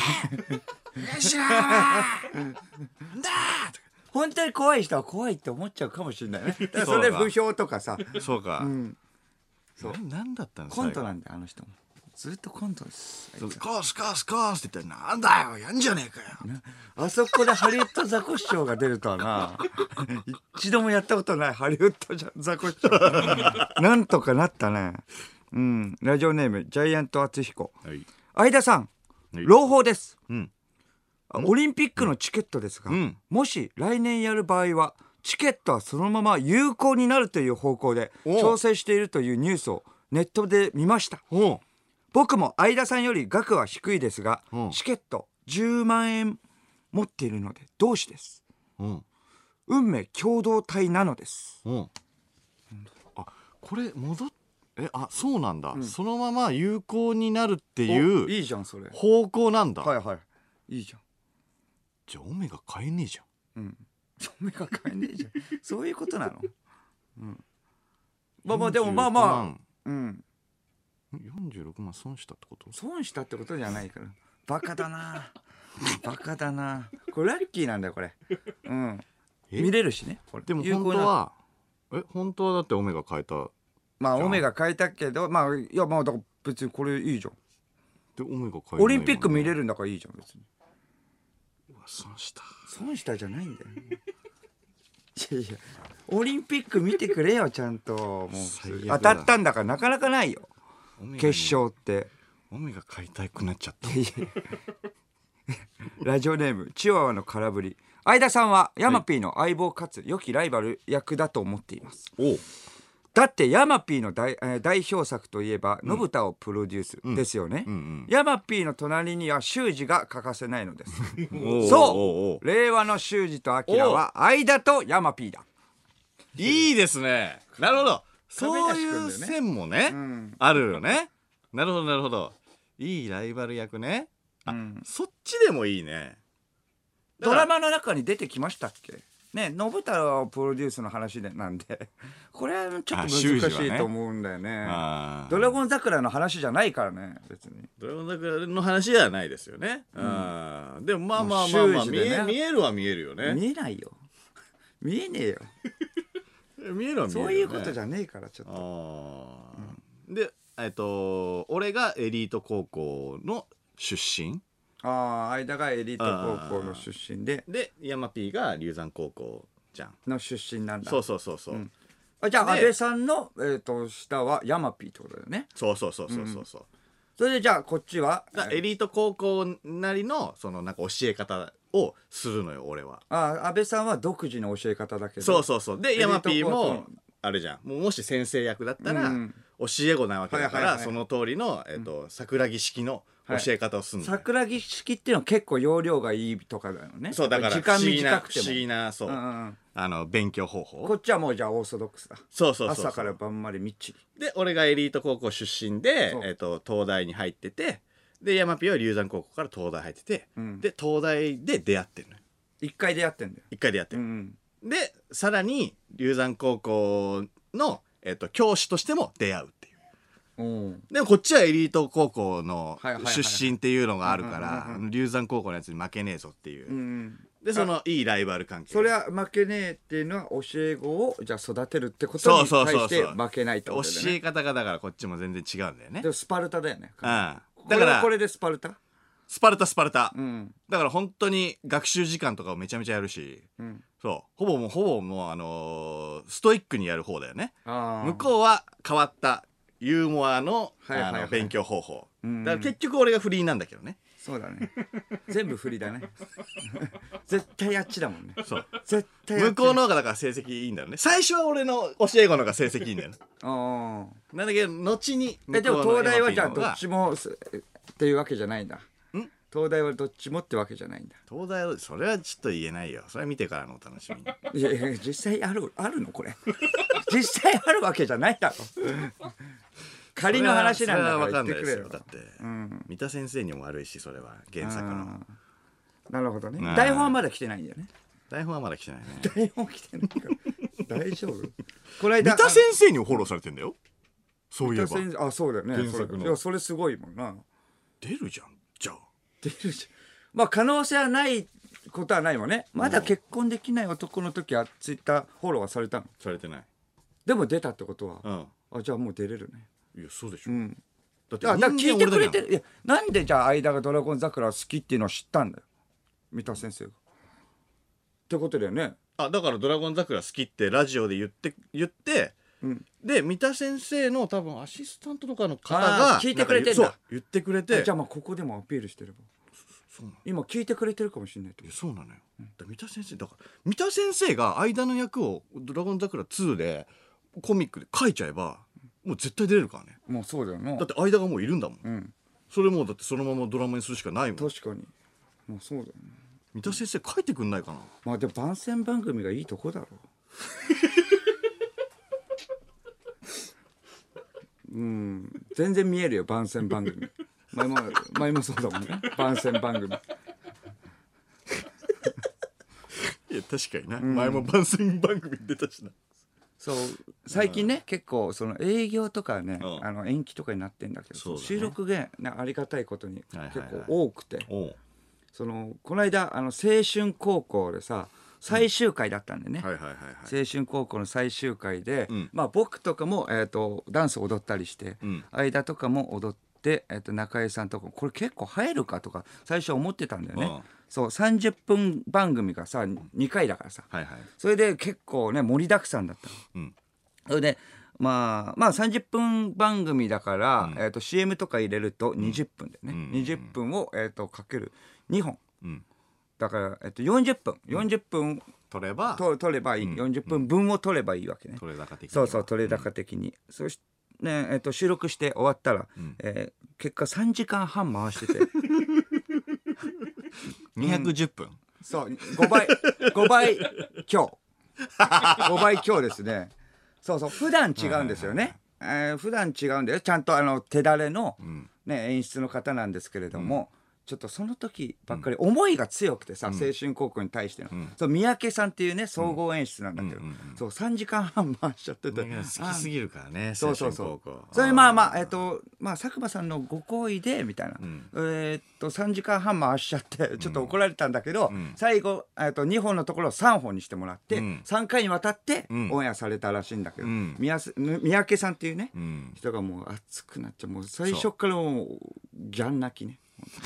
B: 本当に怖い人は怖いって思っちゃうかもしれないね。それ不評とかさ。
A: そうか。そう。何だったんですか。
B: コントなんだあの人も。ずっとコントです。
A: コースコースコースって言ったらなんだよやんじゃねえかよ。
B: あそこでハリウッドザコシショウが出るとはな。一度もやったことないハリウッドザコシショウ。なんとかなったね。ラジオネームジャイアント厚彦。相田さん、朗報です。オリンピックのチケットですが、もし来年やる場合はチケットはそのまま有効になるという方向で調整しているというニュースをネットで見ました。僕も相田さんより額は低いですが、チケット10万円持っているので同志です。運命共同体なのです。
A: あ、これそうなんだ、そのまま有効になるっていう
B: いいじゃんそれ
A: 方向なんだ。
B: はいはい、いいじゃん。
A: じゃあオメガ買えねえじゃん。
B: オメガ買えねえじゃん。そういうことなの。まあでもまあ
A: 46万損したってこと？
B: 損したってことじゃないから。バカだな。バカだな。これラッキーなんだよこれ。見れるしね。
A: でも本当は本当はだってオメガ変えた。
B: まあオメガ変えたけど、まあいやまあだから別にこれいいじゃん。
A: でオメガ変え
B: オリンピック見れるんだからいいじゃん別に。
A: 損した
B: じゃないんだよ。いやオリンピック見てくれよちゃんと。もう当たったんだからなかなかないよ決勝って。
A: オメガ買いたくなっちゃった。
B: ラジオネームチワワの空振り。相田さんはヤマピーの相棒かつ良きライバル役だと思っています。だってヤマピーの代表作といえば信太をプロデュースですよね。ヤマピーの隣には修二が欠かせないのです。そう令和の修二とアキラは相田とヤマピーだ。
A: いいですね。なるほど。そういう線もねあるよね。なるほどなるほど。いいライバル役ね。そっちでもいいね。
B: ドラマの中に出てきましたっけね。信太プロデュースの話なんでこれはちょっと難しいと思うんだよね。ドラゴン桜の話じゃないからね別に。
A: ドラゴン桜の話ではないですよね。でもまあまあまあまあ見えるは見えるよね。
B: 見えないよ。見えねえよ。
A: 見えるは見えるよね。
B: そういうことじゃねえからちょっと。
A: で俺がエリート高校の出身。
B: 相田がエリート高校の出身で
A: ヤマピーが龍山高校じゃん
B: の出身なんだ。
A: そう、
B: じゃあ安倍さんの下はヤマピーってことだよね。
A: そうそ
B: れでじゃあこっちは
A: エリート高校なりのそのなんか教え方をするのよ俺は。
B: 安倍さんは独自の教え方だけど。
A: そうでヤマピーもあれじゃん。もし先生役だったら教え子なわけだからその通りの桜木式の教え方をするの。
B: 桜木式っていうのは結構容量がいいとかだよね。
A: そうだから
B: 時間短くても
A: 不思議なそう勉強方法。
B: こっちはもうじゃあオーソドックスだ。
A: そう
B: 朝から晩までみっちり
A: で俺がエリート高校出身で東大に入っててでヤマピーは龍山高校から東大入っててで東大で出会ってるのよ。
B: 一回出会ってんだよ。
A: 一回出会ってる。でさらに龍山高校の教師としても出会うっていう。でもこっちはエリート高校の出身っていうのがあるから龍山高校のやつに負けねえぞっていう。でそのいいライバル関係。
B: それは負けねえっていうのは教え子をじゃあ育てるってことに対して負けないってことだよね。
A: 教え方がだからこっちも全然違うんだよね。
B: でもスパルタだよね。
A: だから
B: これでスパルタ。
A: スパルタ、だから本当に学習時間とかをめちゃめちゃやるし、そうほぼもうストイックにやる方だよね。向こうは変わったユーモアの勉強方法だから結局俺がフリーなんだけどね。
B: そうだね。全部フリーだね。絶対あっちだもんね。
A: そう
B: 絶対
A: 向こうの方がだから成績いいんだよね。最初は俺の教え子の方が成績いいんだよね。なんだけど後に
B: でも東大はじゃあどっちもっていうわけじゃないんだ。東大はどっちもってわけじゃないんだ。
A: 東大はそれはちょっと言えないよ。それは見てからのお楽しみに。
B: いや実際あるのこれ。実際あるわけじゃないだろ。仮の話なんだから言ってくれよ。
A: だって、三田先生にも悪いし、それは原作の。
B: なるほどね。台本はまだ来てないんだよね。
A: 台本はまだ来てないね。
B: 台本来てないから大丈夫。この間
A: 三田先生にもフォローされてんだよ。そういえば。
B: あ、そうだよね。
A: 原作の。
B: いやそれすごいもんな。
A: 出るじゃん。じゃあ。
B: 出るじゃん。まあ可能性はないことはないもんね。まだ結婚できない男の時はツイッターフォローはされたの？
A: されてない。
B: でも出たってことは、あ、じゃあもう出れるね。
A: いやそうでしょ。
B: だって聞いてくれてる。いやなんでじゃあ相田がドラゴン桜好きっていうのを知ったんだよ。三田先生が。ってことだよね。
A: あ、だからドラゴン桜好きってラジオで言って、で三田先生の多分アシスタントとかの方が
B: 聞いてくれてんだ。
A: 言ってくれて。
B: じゃあまあここでもアピールしてれば。今聞いてくれてるかもしれないと。
A: そうなのよ。三田先生だから三田先生が間の役をドラゴン桜2でコミックで書いちゃえばもう絶対出れるからね。
B: もうそうだよな。
A: だって間がもういるんだもん。それもうだってそのままドラマにするしかないもん。
B: 確かに。もうそうだよね。
A: 三田先生書いてくんないかな。
B: まあでも番宣番組がいいとこだろう。全然見えるよ番宣番組。前もそうだもんね。番宣番組。
A: いや確かにな、前も番宣番組出たしな。
B: そう最近ね、結構その営業とかね、延期とかになってんだけど、収録が、ありがたいことに結構多くて、そのこの間青春高校でさ最終回だったんでね、青春高校の最終回で、まあ僕とかも、ダンス踊ったりして、間とかも踊って、中江さんとかこれ結構入るかとか最初思ってたんだよね。そう30分番組がさ2回だからさ、それで結構ね盛りだくさんだったの。それでまあ30分番組だから、CM とか入れると20分でね、20分を、かける2本、だから、40分
A: 取れば
B: いい、40分分を取ればいいわけね。
A: 取れ高的に。
B: そう取れ高的に。そしてね、収録して終わったら、結果3時間半回してて
A: 210分、
B: そう5倍強5倍強ですね。そう普段違うんですよね。普段違うんだよ。ちゃんと手だれの、演出の方なんですけれども、ちょっとその時ばっかり思いが強くてさ、青春高校に対しての、そう三宅さんっていうね総合演出なんだけど、そう3時間半回しちゃってて、
A: 好きすぎるからね。
B: そうそれまあ佐久間さんのご厚意でみたいな、3時間半回しちゃってちょっと怒られたんだけど、最後2本のところを3本にしてもらって、3回にわたってオンエアされたらしいんだけど、三宅さんっていうね、人がもう熱くなっちゃう。もう最初からもうギャン泣きね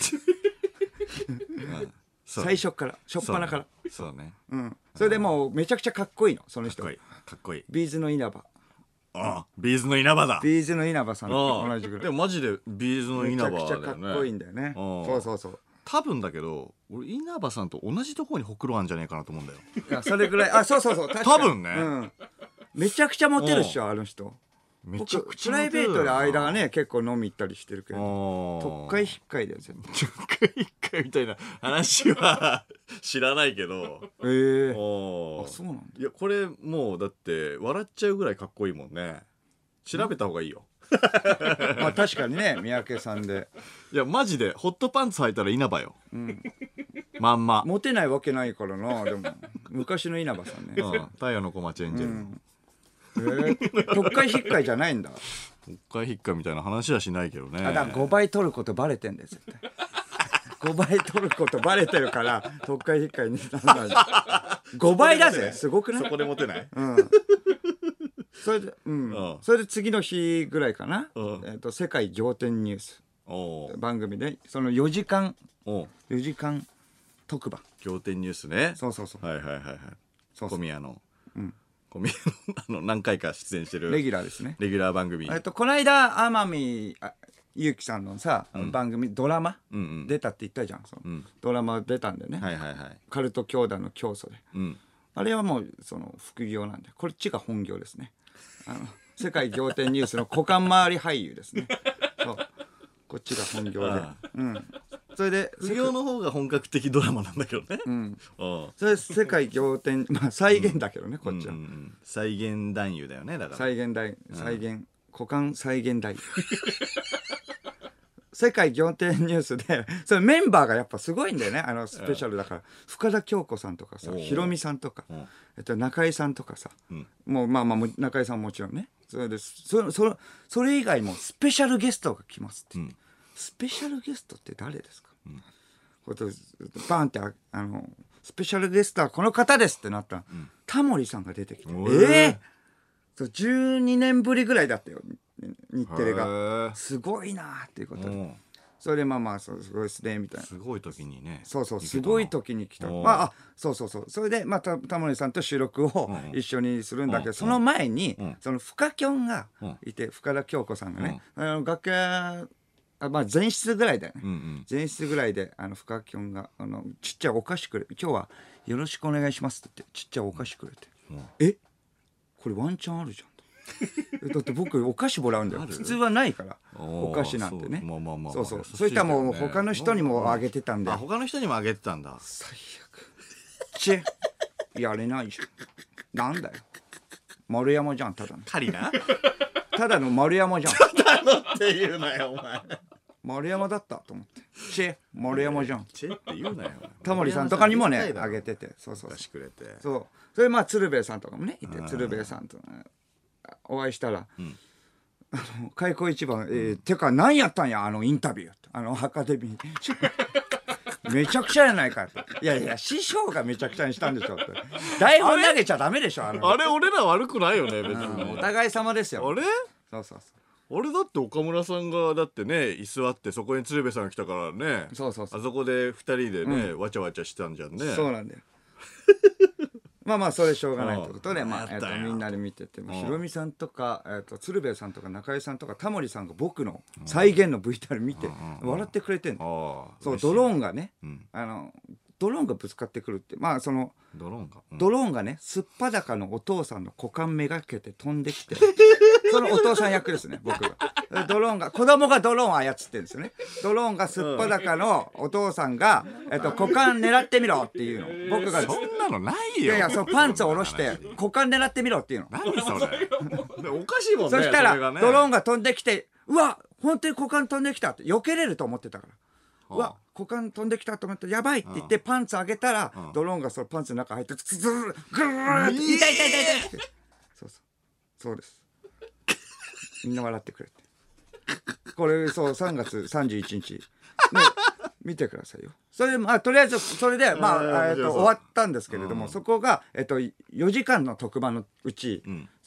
B: 最初から初っ端から
A: そうね。
B: それでもうめちゃくちゃかっこいいの、その人。か
A: っこいい。
B: ビーズの稲葉。
A: ビーズの稲葉だ。
B: ビーズの稲葉さんと同じぐらい。
A: でもマジでビーズの稲葉だよね。
B: めちゃくちゃかっこいいんだよね。そう
A: 多分だけど俺稲葉さんと同じところにほくろあんじゃねえかなと思うんだよ。
B: いやそれぐらい。そう確かに
A: 多分ね、
B: めちゃくちゃモテるっしょあの人。僕プライベートで間がね結構飲み行ったりしてるけど、特会引っかいだよ絶対。
A: 特会引っかいみたいな話は知らないけど。
B: そうなんだ。
A: いやこれもうだって笑っちゃうぐらいかっこいいもんね。調べた方がいいよ。
B: まあ確かにね三宅さんで。
A: いやマジでホットパンツ履いたら稲葉よ。まんま。
B: モテないわけないからな。でも昔の稲葉さんね。
A: 太陽の小町エンジェル。
B: 特会引っかいじゃないんだ。
A: 特会引っかいみたいな話はしないけどね。
B: だから5倍取ることバレてんだよ絶対。5倍取ることバレてるから特会引っかいになんだ。5倍だぜ。すごくない？
A: そこでモテない？
B: それで次の日ぐらいかな、世界仰天ニュース番組でその4時間特番。
A: 仰天ニュースね。
B: そうそうそう。
A: はいはいはいはい。
B: そう
A: 小宮の何回か出演してる
B: レギュラーですね。
A: レギュラー番組。
B: この間天海祐希さんのさ、番組ドラマ、出たって言ったじゃん。ドラマ出たんでね、
A: はいはいはい。
B: カルト教団の教祖で、あれはもうその副業なんで、こっちが本業ですね。世界仰天ニュースの股間周り俳優ですね。そう、こっちが本業で、それで
A: 副業の方が本格的ドラマなんだけどね。
B: それ世界仰天、再現だけどね、こっちは。
A: 再現男優だよね、だから。
B: 再現股間再現男優。世界仰天ニュースでそれメンバーがやっぱすごいんだよね。スペシャルだから深田恭子さんとかさ、ひろみさんとか、中井さんとかさ、もう中井さんももちろんね。それでそれ以外もスペシャルゲストが来ますって、スペシャルゲストって誰ですか、バンってスペシャルゲストはこの方ですってなったら、タモリさんが出てきて、12年ぶりぐらいだったよ、日テレが。すごいなっていうことで、それですごいですねみたいな。
A: すごい時にね。
B: そうすごい時に来た。そうそれでタモリさんと収録を一緒にするんだけど、その前にそのフカキョンがいて、深田恭子さんがね、楽屋前室ぐらいだよね、前室ぐらいでフカキョンがちっちゃいお菓子くれ、今日はよろしくお願いしますって言ってちっちゃいお菓子くれて、これワンチャンあるじゃん。だって僕お菓子もらうんだよ。普通はないからお菓子なんてね。そういったもう他の人にもあげてたんで。
A: 他の人にもあげてたんだ。
B: 最悪。やれないじゃん。なんだよ。丸山じゃん、ただの。
A: 仮な。
B: ただの丸山じゃん。
A: ただのって言うなよお前。
B: 丸山だったと思って。丸山じゃん。
A: って言うなよ。
B: タモリさんとかにもねあげてて、そう。それ鶴瓶さんとかもねいて、鶴瓶さんとお会いしたら、開口一番「てか何やったんやインタビュー」アカデミーめちゃくちゃやないかって。いや師匠がめちゃくちゃにしたんでしょって。台本投げちゃダメでしょ。
A: あれ俺ら悪くないよね別に。
B: お互い様ですよ。
A: あれ
B: そう
A: 俺だって岡村さんがだってね居座ってそこに鶴瓶さんが来たからね。
B: そう
A: あそこで2人でねわちゃわちゃしてたんじゃんね。
B: そうなんだよ。それしょうがないということで、みんなで見てて、ひろみさんとか鶴瓶さんとか中井さんとかタモリさんが僕の再現の VTR 見て笑ってくれてんの。そう、ドローンがね、ドローンがぶつかってくるって、そのドローンがね、すっぱだかのお父さんの股間めがけて飛んできて、そのお父さん役ですね、僕が。ドローンが、子供がドローンを操ってるんですよね。ドローンがすっぱだかのお父さんが、股間狙ってみろっていうの。僕が。
A: そんなのないよ。
B: いや、そのパンツを下ろして、股間狙ってみろっていうの。
A: 何それ。おかしいもんね。
B: そしたら、ドローンが飛んできて、うわ、本当に股間飛んできたって、避けれると思ってたから。うわ、股間飛んできたと思ってやばいって言ってパンツ上げたら、ドローンがそのパンツの中入ってズルグーって痛いってそうです。みんな笑ってくれて、これ3月31日ね見てくださいよ。それとりあえずそれで終わったんですけれども、そこが4時間の特番のうち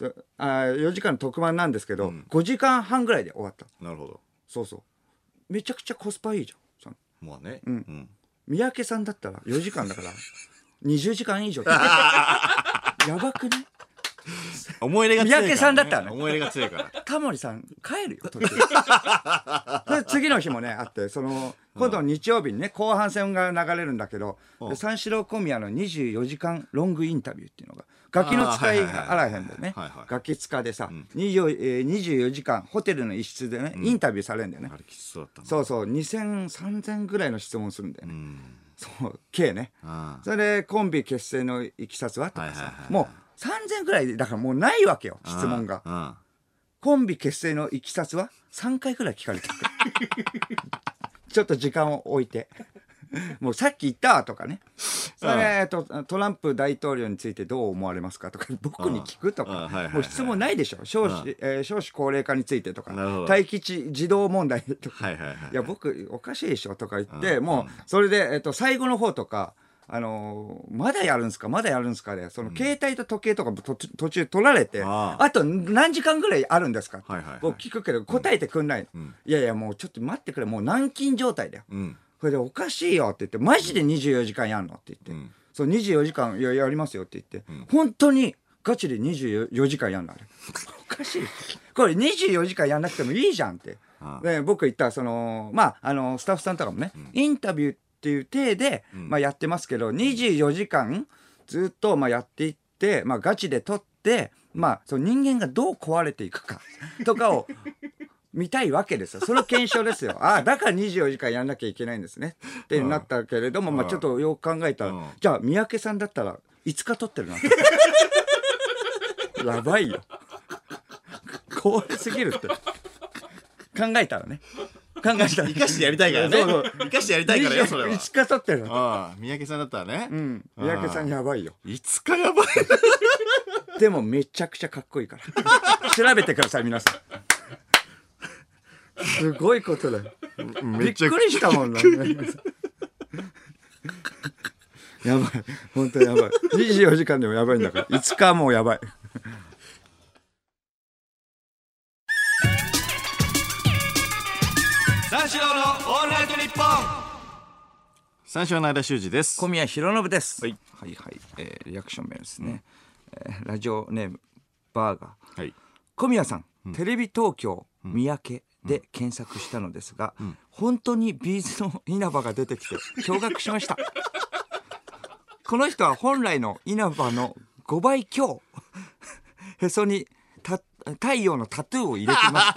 B: 4時間の特番なんですけど、5時間半ぐらいで終わった。
A: なるほど。
B: そうめちゃくちゃコスパいいじゃん。
A: まあね、
B: 三宅さんだったら4時間だから20時間以上やばくね。
A: 思い入れが強いから、ね、
B: 三宅さんだったらね、
A: 思い入れが強いから
B: タモリさん帰るよ途中で次の日もねあって、今度日曜日にね後半戦が流れるんだけど、三四郎小宮の24時間ロングインタビューっていうのがガキの使いあらへんでね、ガキ使でさ、24時間ホテルの一室でね、インタビューされるんだよね。
A: あれきつそうだったんだ。
B: そう2000、3000ぐらいの質問するんだよね。そう計ね。それでコンビ結成のいきさつはとかさ、もう3000ぐらいだからもうないわけよ質問が。コンビ結成のいきさつは3回ぐらい聞かれてるちょっと時間を置いてもうさっき言ったとかね、それトランプ大統領についてどう思われますかとか僕に聞くとか、もう質問ないでしょ。少子高齢化についてとか待機児童問題とか、いや僕おかしいでしょとか言って、もうそれで最後の方とかまだやるんすかで、その携帯と時計とか途中取られて、あと何時間ぐらいあるんですかって僕聞くけど答えてくんないの。いやいやもうちょっと待ってくれ、もう軟禁状態だよ。それでおかしいよって言って、マジで24時間やんのって言って、そう24時間やりますよって言って、本当にガチで24時間やんのあれ。おかしい。これ24時間やんなくてもいいじゃんって。で僕言ったらスタッフさんとかもね、インタビューっていう体で、やってますけど、24時間ずっとやっていって、ガチで撮って、その人間がどう壊れていくかとかを見たいわけですよ。その検証ですよ。だから24時間やんなきゃいけないんですねってなったけれども、ちょっとよく考えたら、じゃあ三宅さんだったら5日撮ってるなやばいよ、怖すぎるって考えたらね。
A: 生かしてやりたいからね。生かしてやりたいからよ、それは。
B: 5日撮ってる。
A: 三宅さんだったらね。
B: 三宅さんやばいよ。
A: 5日やばい。
B: でもめちゃくちゃかっこいいから。調べてください、皆さん。すごいことだよ。びっくりしたもんな。やばい。本当やばい。24時間でもやばいんだから。5日はもうやばい。
A: 三四郎のオールナイトニッポン。三四郎の間修二です。
B: 小宮浩信です。
A: はい
B: はい。リアクションメールですね。ラジオネームバーガー。はい。小宮さん、テレビ東京三宅で検索したのですが、本当にビーズの稲葉が出てきて驚愕しました。この人は本来の稲葉の5倍強。へそに太陽のタトゥーを入れてました。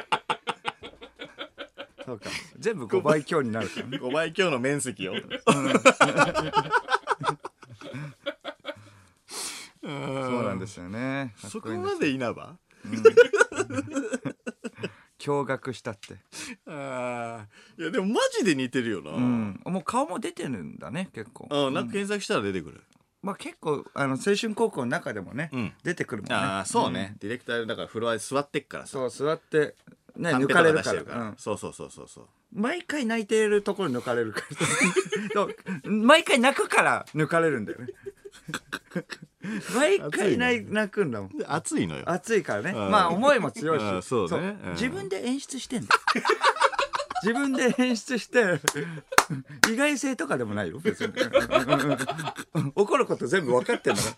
B: そうか、全部5倍強になるからね。
A: 5倍強の面積を。
B: そうなんですよね。
A: そこまで稲葉？
B: 驚愕したって。
A: いやでもマジで似てるよな。
B: もう顔も出てるんだね、結構。
A: なんか検索したら出てくる。
B: 結構青春高校の中でもね、出てくるもんね。
A: そうね。ディレクターだからフロアで座ってっからさ。
B: そう座ってね、抜かれるから。
A: そう。
B: 毎回泣いてるところ抜かれるから。毎回泣くから抜かれるんだよね。毎回泣くんだもん。
A: 熱いのよ。
B: 熱いからね。思いも強いし。
A: そうね。
B: 自分で演出してんだ。自分で演出して意外性とかでもないよ別に。怒ること全部分かってんだから。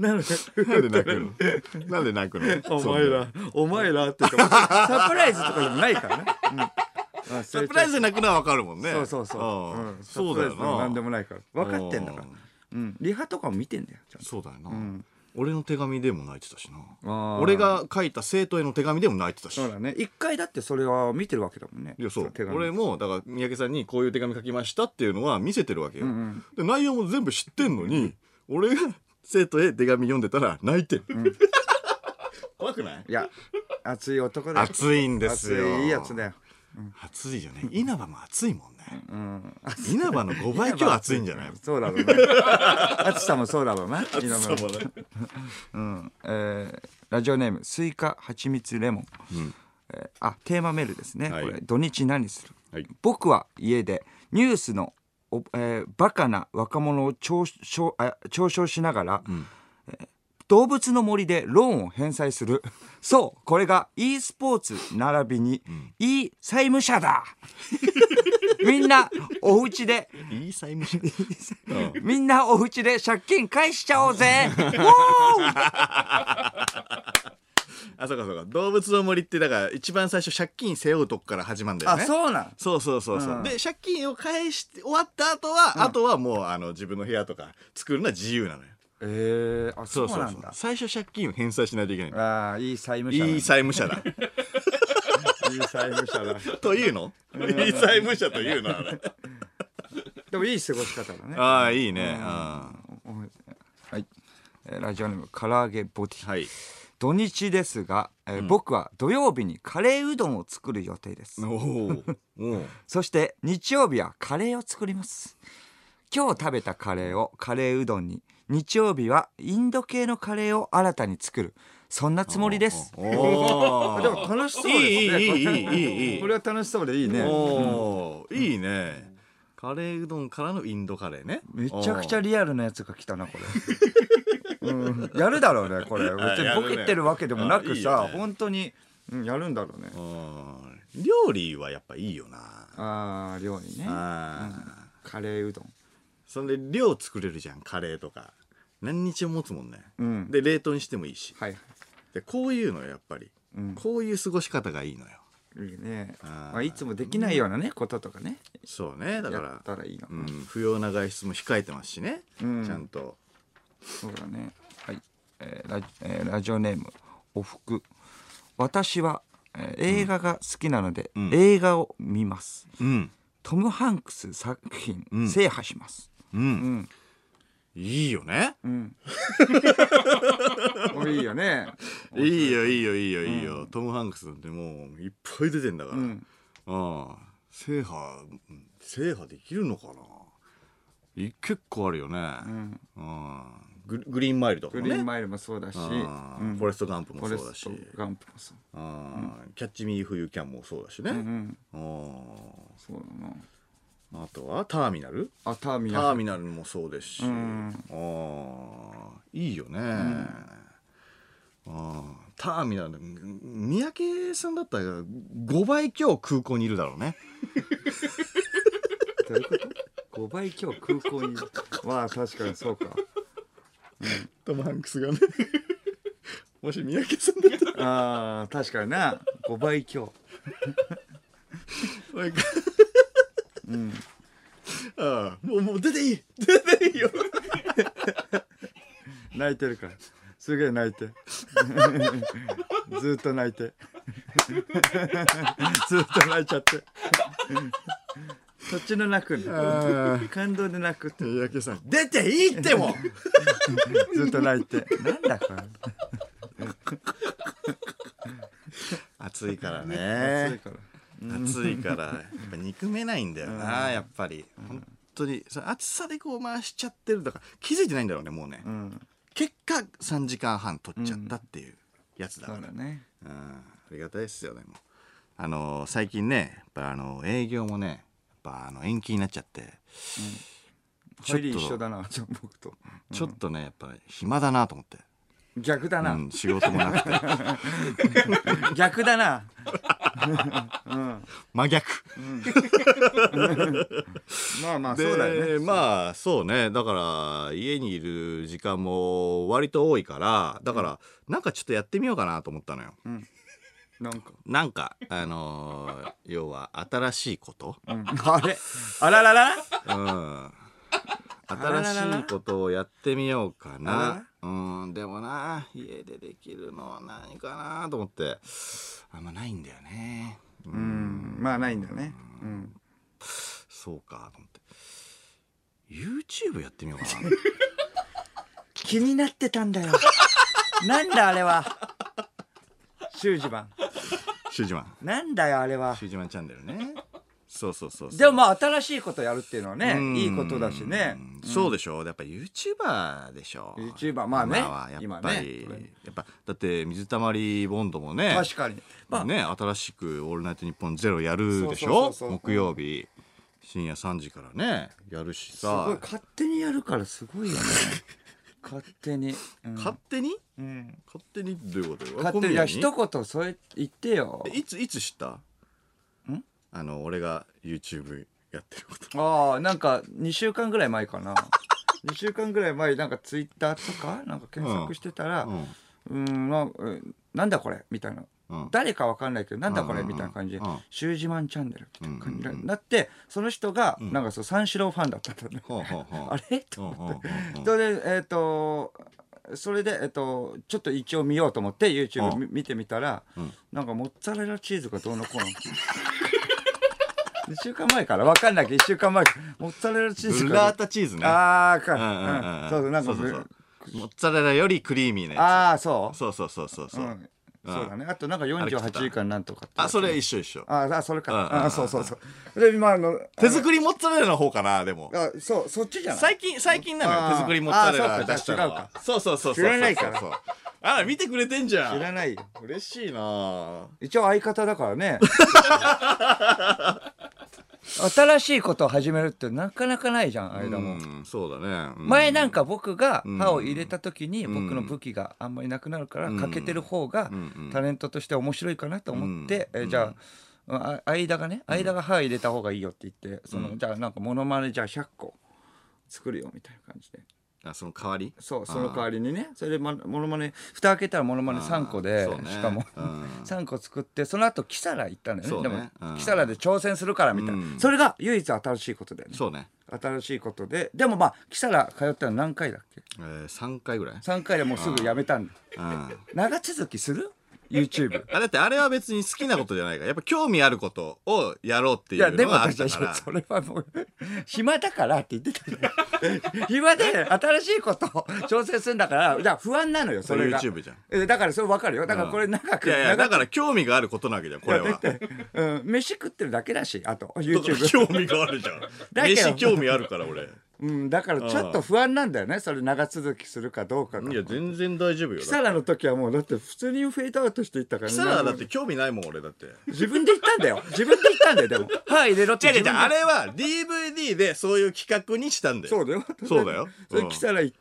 B: なん
A: で泣くの？
B: お前らっていうかサプライズとかでもないからね。
A: サプライズで泣くのは分かるもんね。
B: そう。
A: そうだよな。
B: なんでもないから分かってんだから。リハとかも見てんだよ。
A: そうだよな。俺の手紙でも泣いてたしな。俺が書いた生徒への手紙でも泣いてたし。
B: そうだね。一回だってそれは見てるわけだもんね。
A: いやそう。俺もだから三宅さんにこういう手紙書きましたっていうのは見せてるわけよ。で内容も全部知ってんのに、俺が生徒へ手紙読んでたら泣いてる。怖くない？
B: いや熱い男だよ。
A: 熱いんですよ。
B: いいやつだよ。
A: 熱いよね。稲葉も熱いもんね。稲葉の5倍強熱いんじゃない？
B: そうだろうね。熱さもそうだろうな。
A: 熱さも
B: ね。ラジオネームスイカはちみつレモン。テーマメールですね。これ土日何する？僕は家でニュースのバカな若者を嘲笑しながら、動物の森でローンを返済する。そうこれが e スポーツ並びに e 債務者だ。みんなお家でみんなお家で借金返しちゃおうぜ。
A: そうか動物の森ってだから一番最初借金背負うとこから始まるんだよね。
B: そうなん。
A: そう、で借金を返して終わった後は、あとはもう自分の部屋とか作るのは自由なのよ。
B: そうなんだ。
A: 最初借金を返済しないといけない。
B: いい債務者だ。
A: いい債務者だ。
B: いい債務者だ。
A: というの？いい債務者というのはね。
B: でもいい過ごし方だね。
A: いいね。
B: はい。ラジオネーム唐揚げボディ。
A: はい。
B: 土日ですが、僕は土曜日にカレーうどんを作る予定です。そして日曜日はカレーを作ります。今日食べたカレーをカレーうどんに、日曜日はインド系のカレーを新たに作る、そんなつもりです。でも楽しそうですね。
A: いい。
B: これは楽しそうでいいね。
A: いいね。 カレーうどんからのインドカレーね。
B: めちゃくちゃリアルなやつが来たなこれ、やるだろうねこれ。別にボケてるわけでもなくさ、本当に、やるんだろうね。
A: 料理はやっぱいいよな。
B: 料理ね。カレーうどん。
A: そんで量作れるじゃん、カレーとか何日も持つもんね、で冷凍にしてもいいし、でこういうのやっぱり、こういう過ごし方がいいのよ。
B: いいね。いつもできないようなねこととかね。
A: そうね、だから
B: やったらいいの。
A: 不要な外出も控えてますしね、ちゃんと。
B: そうだね。はい、ラジオネームおふく。私は、映画が好きなので、映画を見ます。トム・ハンクス作品、制覇します。
A: いいよね。
B: いいよね。
A: いいよいいよいいよいいよ。トム・ハンクスなんてもういっぱい出てんだから。制覇できるのかな。結構あるよね。グリーンマイルとかね。
B: グリーンマイルもそうだし、フ
A: ォレストガンプもそうだし、
B: ガンプもそう。
A: キャッチミーフユーキャンもそうだしね。
B: そうだな。
A: あとはターミナル。ターミナルもそうですし、いいよね。ターミナル、三宅さんだったら5倍今日空港にいるだろうね。
B: どういうこと？5倍今日空港にいる。確かにそうか。
A: トム・ハンクスがね。もし三宅さんだった
B: ら。確かにな。5倍今日。
A: もう出ていいよ。
B: 泣いてるから、すげえ泣いて。ずっと泣いて。ずっと泣いちゃって。そっちの泣くの。感動で泣くって。
A: 三宅さん出ていいっても。
B: ずっと泣いて。なんだこれ。
A: 暑いからね。暑いからやっぱ憎めないんだよな、やっぱり。本当にその暑さでこう回しちゃってるだから気づいてないんだろうね、もうね。結果3時間半取っちゃったっていうやつだからね。ありがたいですよね。もう最近ね、やっぱ営業もね、やっぱ延期になっちゃって、
B: 入り一緒だな、僕と。
A: ちょっとね、やっぱ暇だなと思って。
B: 逆だな。
A: 仕事もなくて。
B: 逆だな。
A: 真逆。
B: そうだよね。
A: そうね。だから家にいる時間も割と多いから、だからなんかちょっとやってみようかなと思ったのよ。なんか要は新しいこと。
B: あれ、あららら。
A: 新しいことをやってみようかな。でもな、家でできるのは何かなと思ってあんまないんだよね。
B: ないんだよね。
A: そうかと思って YouTube やってみようかな。
B: 気になってたんだよ。なんだあれは。シュージマン。なんだよあれは。
A: シュージマンチャンネルね。そう
B: でも新しいことやるっていうのはね、いいことだしね。
A: そうでしょ。やっぱ YouTuber でしょ。
B: YouTuber ね、
A: やっぱりやっぱだって水溜りボンドもね、
B: 確かに
A: ね、新しく「オールナイトニッポンゼロやるでしょ。木曜日深夜3時からねやるしさ。す
B: ごい勝手にやるからすごいよね。勝手に
A: 勝手にどういうことよ。
B: 勝手に。いや一言それ言ってよ。
A: いつ知った？俺が YouTube やってること。
B: なんか2週間ぐらい前かな。2週間ぐらい前なんかツイッターとかなんか検索してたら、なんだこれみたいな、誰かわかんないけどなんだこれみたいな感じで、シュージマンチャンネルみたいな感じになって、その人がなんか三四郎ファンだったんだね。あれと思って。それでちょっと一応見ようと思って YouTube 見てみたら、なんかモッツァレラチーズがどうのこうの。2週間前から分かんないけど1週間前モッツァレラチーズ
A: ブラータチーズね。
B: そうなんかモ
A: ッツァレラよりクリーミーなやつ。そう
B: だね。あとなんか48時間なんとか。
A: それ一緒。
B: それか。そうで
A: 手作りモッツァレラの方かな。でも
B: そっちじゃない。
A: 最近なのよ、手作りモッツァレラ出したのは。そう
B: 知らないから。
A: 見てくれてんじゃん。
B: 知らないよ。
A: 嬉しいな。
B: 一応相方だからね。 新しいことを始めるってなかなかないじゃん間も。
A: そうだね。
B: 前なんか僕が歯を入れた時に僕の武器があんまりなくなるから欠けてる方がタレントとして面白いかなと思って、じゃあ間が歯入れた方がいいよって言って、じゃあなんかモノマネじゃあ100個作るよみたいな感じで。
A: その代わり、
B: その代わりにね、それでモノマネ蓋開けたらモノマネ3個で、しかも3個作って、その後キサラ行ったんだよね。でもキサラで挑戦するからみたいな、それが唯一新しいことだよね。
A: そうね、
B: 新しいことで、でもまあキサラ通ったの何回だっけ
A: ？3回ぐらい。
B: 3回でもうすぐやめたんだ。長続きするYouTube。
A: だってあれは別に好きなことじゃないから、やっぱ興味あることをやろうっていうのがあったから。
B: それはもう暇だからって言ってたじゃん。暇で新しいことを挑戦するんだから、じゃあ不安なのよそれが。
A: YouTube じゃん。
B: だからそれ分かるよ。だからこれ長く、
A: いやだから興味があることなわけじゃんこれは。
B: 飯食ってるだけだし、あと YouTube
A: 興味があるじゃん。飯興味あるから俺。
B: だからちょっと不安なんだよね、それ長続きするかどうかが。
A: いや全然大丈夫よ。
B: キサラの時はもうだって普通にフェードアウトしていったからね。
A: キサラはだって興味ないもん俺だって。
B: 自分で言ったんだよ。自分で言ったんだよ。でも歯入れろって。
A: 違うあれは DVD でそういう企画にしたんだよ。
B: そうだよ。
A: そうだよ。
B: それキサラ行って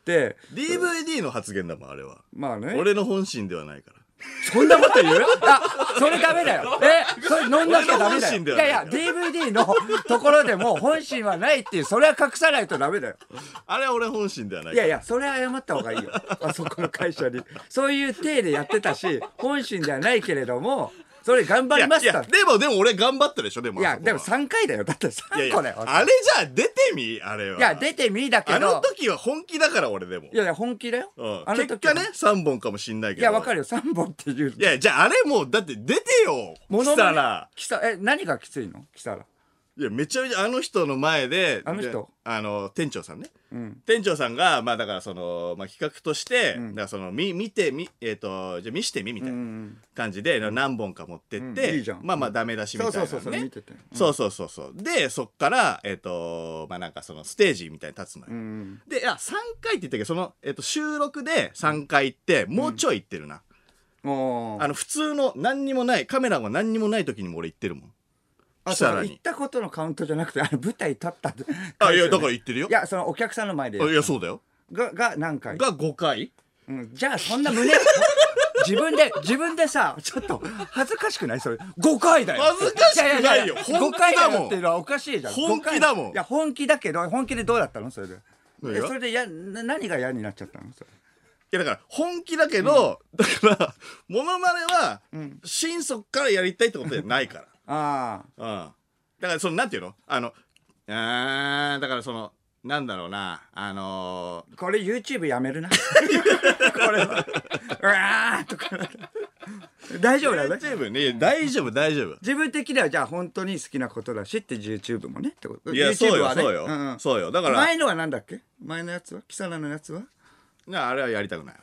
A: DVD の発言だもんあれは。
B: まあね。
A: 俺の本心ではないから。
B: そんなこと言う？それダメだよ。それ飲んだしかダメだよ。いや DVD のところでも本心はないっていう、それは隠さないとダメだよ。
A: あれは俺本心ではない。
B: いやそれは謝った方がいいよ。あそこの会社にそういう体でやってたし、本心ではないけれども。それ頑張りました。
A: でも俺頑張ったでしょ。でも
B: でも3回だよ。だって3個だよ。
A: あれじゃあ出てみあれは。
B: いや出てみだけど、
A: あの時は本気だから俺でも。
B: いや本気だよ。
A: 結果ね3本かもしんないけど。
B: いやわかるよ3本っていう。
A: いやじゃああれもうだって出てよ。キサラ。
B: 何がきついのキサラ。
A: いやめちゃめちゃあの人の前で、
B: あの人
A: 店長さんね、店長さんがまあだからその、企画として、だからその見てじゃあ見してみみたいな感じで何本か持ってって、まあダメ出しみたいなね。そうでそっからなんかそのステージみたいに立つのよ。で3回って言ったけどその収録で3回行ってもうちょい行ってるな。普通の何にもないカメラが何にもない時にも俺行ってるもん。
B: 行ったことのカウントじゃなくて舞台立った。
A: いやだから言ってるよ。
B: いやそのお客さんの前で。
A: いやそうだよ。
B: が何回？
A: が5回。
B: じゃあそんな自分でさちょっと恥ずかしくない？それ5回だよ。
A: 恥ずかしくないよ。
B: 5回だもんっていうのはおかしいじゃん。
A: 本気だもん。
B: いや本気だけど、本気でどうだったのそれで。それで何が嫌になっちゃったのそれ。
A: いやだから本気だけど、だからモノマネは心底からやりたいってことじゃないから。だからそのなんていうのだからそのなんだろうな
B: これ YouTube やめるなこれはうわーとか大丈夫だよね。
A: YouTube ね大丈夫
B: 自分的にはじゃあ本当に好きなことだしって YouTube もねってこと。
A: いや
B: YouTube はね
A: そうよだから
B: 前のはなんだっけ？前のやつはキサラのやつは
A: あれはやりたくない。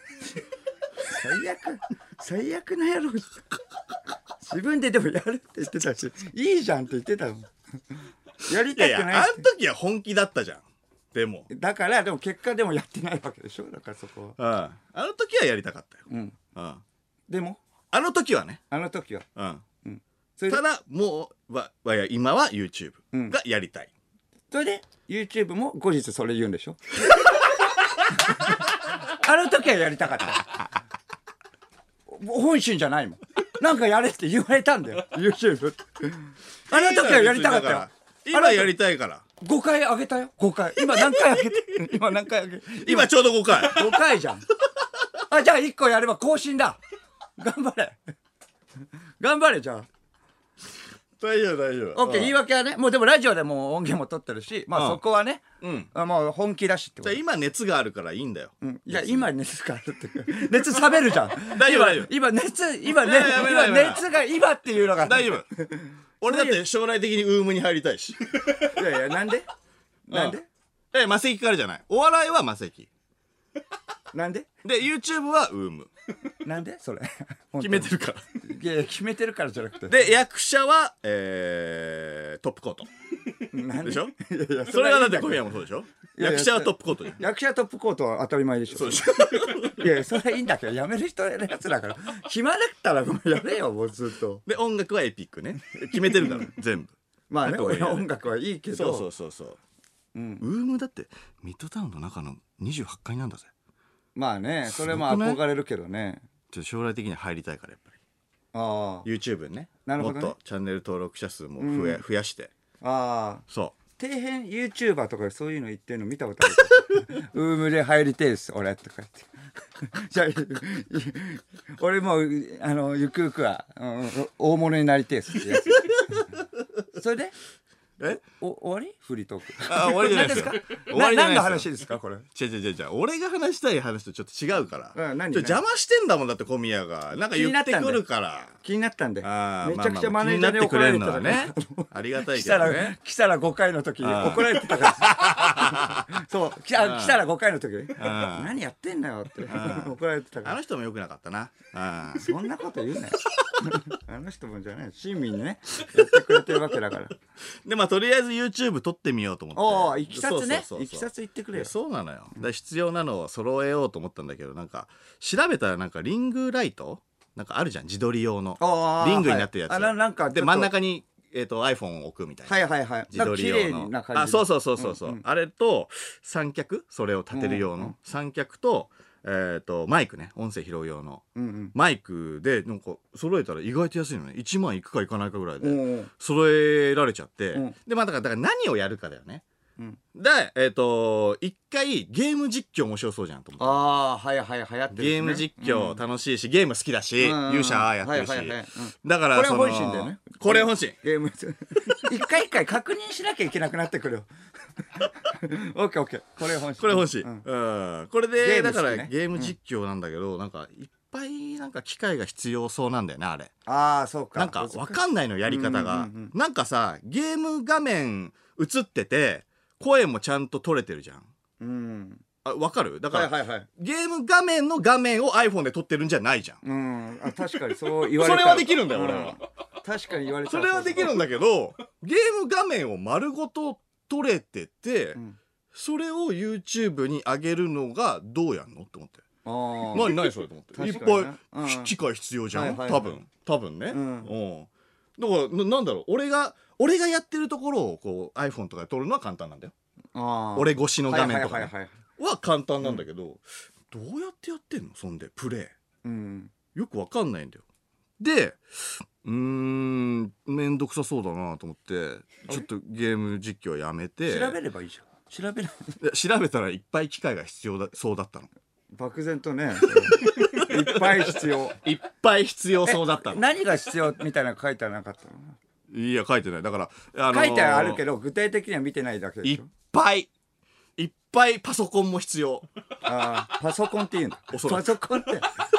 B: 最悪な野郎。自分ででもやるって言ってたしいいじゃんって言ってたもん。やりたくない。いや
A: あの時は本気だったじゃん。でも
B: だからでも結果でもやってないわけでしょ。だからそこ
A: はあの時はやりたかったよ。
B: でも
A: あの時はね
B: た
A: だもう今は YouTube がやりたい。
B: それで YouTube も後日それ言うんでしょあの時はやりたかった。本心じゃないもん。なんかやれって言われたんだよ YouTube。あの時はやりたかったよ。
A: 今やりたいから
B: 5回あげたよ。5回今何回あげて
A: 今ちょうど5回
B: 5回じゃん。じゃあ1個やれば更新だ。頑張れじゃあ。
A: 大丈夫。
B: OK。言い訳はねもうでもラジオでも音源も取ってるしそこはねもう本気だしってこと。
A: 今熱があるからいいんだよ。
B: いや今熱があるって熱冷めるじゃん。
A: 大丈夫
B: 今熱が今っていうのが
A: 大丈夫。俺だって将来的にウームに入りたいし。
B: いやなんで
A: マセキからじゃない。お笑いはマセキ
B: なんで
A: YouTube はウーム
B: なんでそれ
A: 決めてるから。
B: いや決めてるからじゃなくて。
A: で役者はトップコートでしょ。それはだって小宮もそうでしょ。役者はトップコートじゃん。
B: 役者トップコートは当たり前でしょ。
A: そうでしょ。
B: いやそれはいいんだけどやめる人のやつだから暇だったらやれよもうずっと。
A: で音楽はエピックね決めてるから全部。
B: まあね
A: なんかもいいよね
B: 音楽はいいけど
A: そうそうそうそう、ウームだってミッドタウンの中の28階なんだぜ。
B: まあねそれも
A: すごくない
B: 憧れるけどね。
A: ちょっと将来的には入りたいからやっぱ
B: あ
A: り YouTube にね、
B: なるほどね
A: もっとチャンネル登録者数も増やして
B: あ
A: そ
B: 底辺 YouTuber とかでそういうの言ってるの見たことあるウームで入りてえです俺とか言ってじゃあ俺もゆくゆくは、大物になりてえですってやつそれで
A: え
B: 終わりフリートーク
A: 終わりじゃないですか終わりじゃない
B: 何の
A: ですよ
B: 話ですかこれ。
A: 違う俺が話したい話とちょっと違うから、
B: 何
A: 邪魔してんだもんだって小宮がなんか言ってくるから
B: 気になったんでめち
A: あー
B: ゃくちゃマネージャーに怒られてたから、
A: まあまあ気になってくれるのはねありがたい
B: 来たら
A: けどね
B: 来たら5回の時に怒られてたからそう来たら5回の時に何やってんだよって怒られてたから
A: あの人も良くなかったな
B: そんなこと言うなよあの人もじゃない親身にねやってくれてるわけだから
A: でまあとりあえず YouTube 撮ってみようと思って
B: おおいきさつね
A: そう
B: いきさつ言ってくれよ。
A: そうなのよ、だから必要なのを揃えようと思ったんだけどなんか調べたらなんかリングライトなんかあるじゃん自撮り用のリングになってるやつ、
B: はい、なんか
A: で真ん中にiPhone を置くみたいな、
B: はいはいはい
A: 自撮り用の
B: 綺麗な感じ
A: あそう、あれと三脚それを立てる用の三脚とマイクね音声拾う用のマイクでなんか揃えたら意外と安いのね1万いくかいかないかぐらいで揃えられちゃってでまあだから何をやるかだよね。で一回ゲーム実況面白そうじゃんと思って
B: ああはいはい流行ってる、ね、
A: ゲーム実況楽しいしゲーム好きだし勇者やってるしだから
B: これ本心だよね
A: これ本心
B: ゲーム一回確認しなきゃいけなくなってくるよオッケーオッケーこれ本心
A: これでだから
B: ゲーム好きね
A: ゲーム実況なんだけどなんかいっぱいなんか機械が必要そうなんだよねあれ
B: ああそうか
A: なんか分かんないのやり方がなんかさゲーム画面映ってて声もちゃんと撮れてるじゃん分かるだからゲーム画面の画面を iPhone で撮ってるんじゃないじゃん
B: 確かにそう言われた
A: それはできるんだよ俺は
B: 確かに言われた
A: それはできるんだけどゲーム画面を丸ごと撮れててそれを YouTube に上げるのがどうやんのって思って何それと思っていっぱい機械必要じゃん多分ねだからなんだろう俺がやってるところをこう iPhone とかで撮るのは簡単なんだよ俺越しの画面とかねは簡単なんだけどどうやってやってんのそんでプレイよくわかんないんだよでめんどくさそうだなと思ってちょっとゲーム実況やめて
B: 調べればいいじゃん
A: 調べたらいっぱい機械が必要そうだったの
B: 漠然とねいっぱい必要
A: そうだったの
B: 何が必要みたいなの書いてなかったの
A: いや書いてないだから
B: 書いてあるけど具体的には見てないだけでしょ
A: いっぱいパソコンも必要
B: パソコンって言うんだパ
A: そらく
B: ソコンって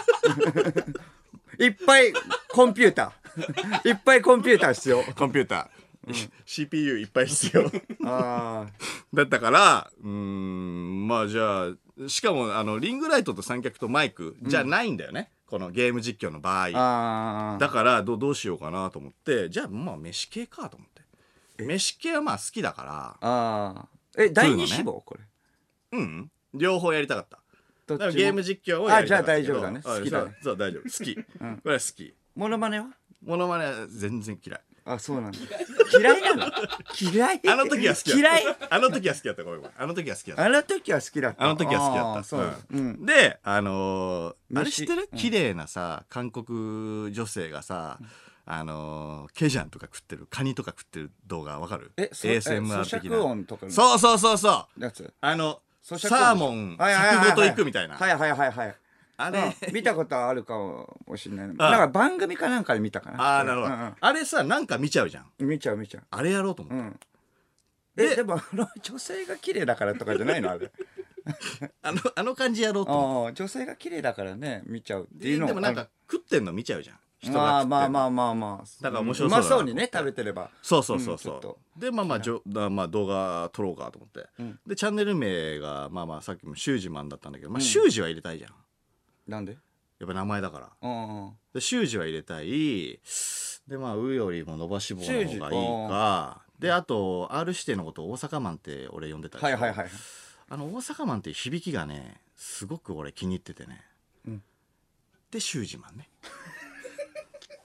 B: いっぱいコンピューターいっぱいコンピューター必要
A: コンピューター、CPU いっぱい必要だったからまあじゃあしかもリングライトと三脚とマイクじゃないんだよね、このゲーム実況の場合だからどうしようかなと思ってじゃあまあ飯系かと思って飯系はまあ好きだから
B: 第二志望これ
A: 両方やりたかっただからゲーム実況をやりたかったけど
B: じゃあ大丈夫だね好きだね
A: そう大丈夫好きこれは好き
B: モノマネは
A: 全然嫌い
B: そうなんだ嫌いなの嫌い
A: あの時は好きだった
B: 嫌い
A: あの時は好きだったごめんあの時は好きだった
B: あの時は好きだった
A: あの時は好きだった
B: そう
A: であれ知ってる綺麗なさ韓国女性がさケジャンとか食ってるカニとか食ってる動画わかるASMR 的な
B: 咀嚼音とか
A: そう
B: やつ
A: サーモン柵ごと行くみたいな
B: はいあれ見たことあるかもしれないなんか番組かなんかで見たかな
A: なるほどあれさなんか見ちゃうじゃん
B: 見ちゃう
A: あれやろうと思って
B: でも女性が綺麗だからとかじゃないのあれ
A: あの感じやろうと思って
B: 女性が綺麗だからね見ちゃうっていうの
A: でもなんか食ってんの見ちゃうじゃん人が食ってんの
B: まあ
A: だから面白そう
B: うまそうにね食べてれば
A: そうでまあ動画撮ろうかと思ってでチャンネル名がさっきもシュージマンだったんだけどシュージは入れたいじゃん
B: なんで
A: やっぱ名前だからでシュージは入れたいでうよりも伸ばし棒の方がいいかであと R 指定のことを大阪マンって俺呼んでたでしょ大阪マンっていう響きがねすごく俺気に入っててねでシュージマンね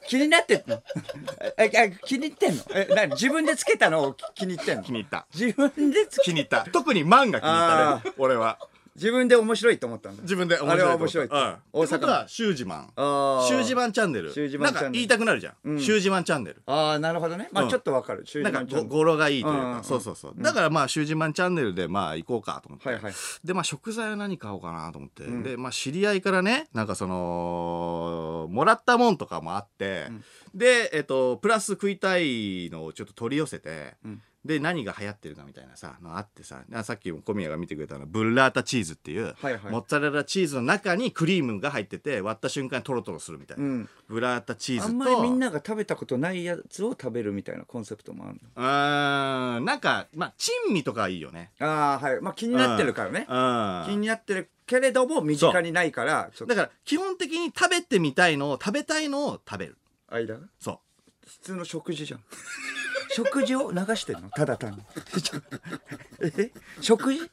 B: 気になってんの気に入ってんの自分でつけたのを気に入ってんの
A: 気に入った。
B: 自分でつけ
A: 気に入った。特にマンが気に入ったね。俺は。
B: 自分で面白いと思ったんだ。
A: 自分で面白い。
B: あれは面白い。
A: 大阪はシュージマン。シュージマンチャンネル。なんか言いたくなるじゃん。シュージマンチャンネル。
B: ああ、なるほどね。まあちょっとわかる。
A: なんか語呂がいいというか。そうそうそう。だからまあシュージマンチャンネルでまあ行こうかと思って。でまあ食材は何買おうかなと思って。でまあ知り合いからね、なんかそのもらったもんとかもあって、でプラス食いたいのをちょっと取り寄せて。で何が流行ってるかみたいなさのあってさ、さっき小宮が見てくれたのブッラータチーズっていう、モッツァレラチーズの中にクリームが入ってて割った瞬間にトロトロするみたいな、ブッラータチーズと
B: あんまりみんなが食べたことないやつを食べるみたいなコンセプトもある
A: の。なんかまあ珍味とかはいいよね。
B: まあ気になってるからね。気になってるけれども身近にないから
A: だから基本的に食べてみたいのを食べたいのを食べる。そう
B: 普通の食事じゃん。食事を流してんのただ単に食事い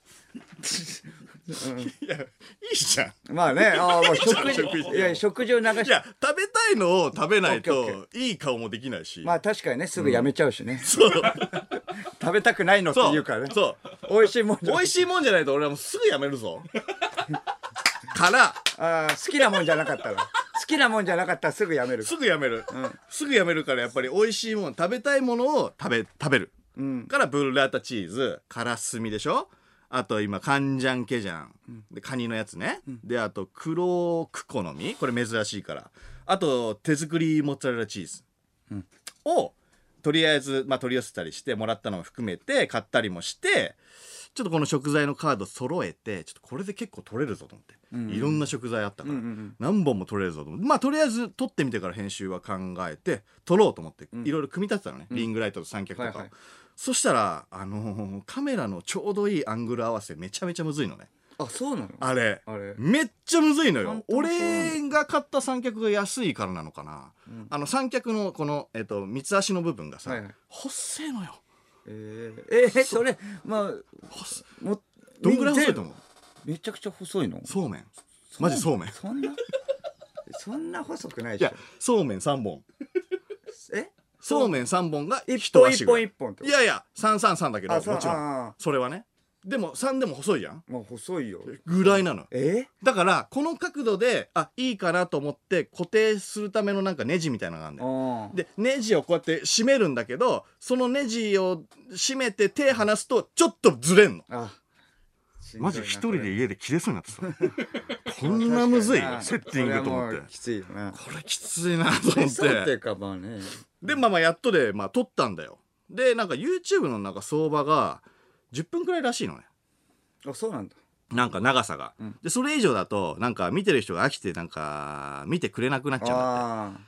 A: やいいじゃん。
B: まあね食事を流して、
A: いや食べたいのを食べないといい顔もできないし、
B: まあ確かにねすぐやめちゃうしね、食べたくないのって言うからね。美味しいもん
A: じゃないと俺はもうすぐやめるぞから
B: 好きなもんじゃなかったらすぐやめる
A: すぐやめるからやっぱり美味しいもん食べたいものを食べる、からブッラータチーズからすみでしょ。あと今カンジャンケジャン、でカニのやつね、であと黒クコの実これ珍しいから、あと手作りモッツァレラチーズ、をとりあえず取り寄せたりしてもらったのも含めて買ったりもして、ちょっとこの食材のカード揃えてちょっとこれで結構取れるぞと思って、いろんな食材あったから、何本も取れるぞと思って、まあとりあえず取ってみてから編集は考えて取ろうと思っていろいろ組み立てたのね、リングライトと三脚とかを、そしたらカメラのちょうどいいアングル合わせめちゃめちゃむずいのね。
B: そうなの。
A: あれめっちゃむずいのよ。俺が買った三脚が安いからなのかな、三脚のこの三つ足の部分がさ、細いのよ。
B: それまあ
A: どんぐらい細いと思う？
B: めちゃくちゃ細いの。
A: そうめんマジそうめん
B: そんな細くない
A: でしょ。いやそうめん3本そうめん3本が
B: 一本一本
A: いやいや333だけどもちろんそれはね。でも3でも細いじゃん。
B: まあ細いよ
A: ぐらいなの。だからこの角度でいいかなと思って固定するためのなんかネジみたいなのがあるんだよ。でネジをこうやって締めるんだけど、そのネジを締めて手離すとちょっとずれんの。マジ一人で家で切れそうになってさこんなむずいセッティングと思って、
B: きついよね
A: これきついなと思ってでまあやっとで撮ったんだよ。でなんか YouTube のなんか相場が10分くらいらしいのね。
B: そうなんだ。
A: なんか長さが、でそれ以上だとなんか見てる人が飽きてなんか見てくれなくなっちゃうんだって。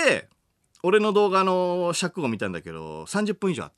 A: で俺の動画の尺を見たんだけど30分以上あって、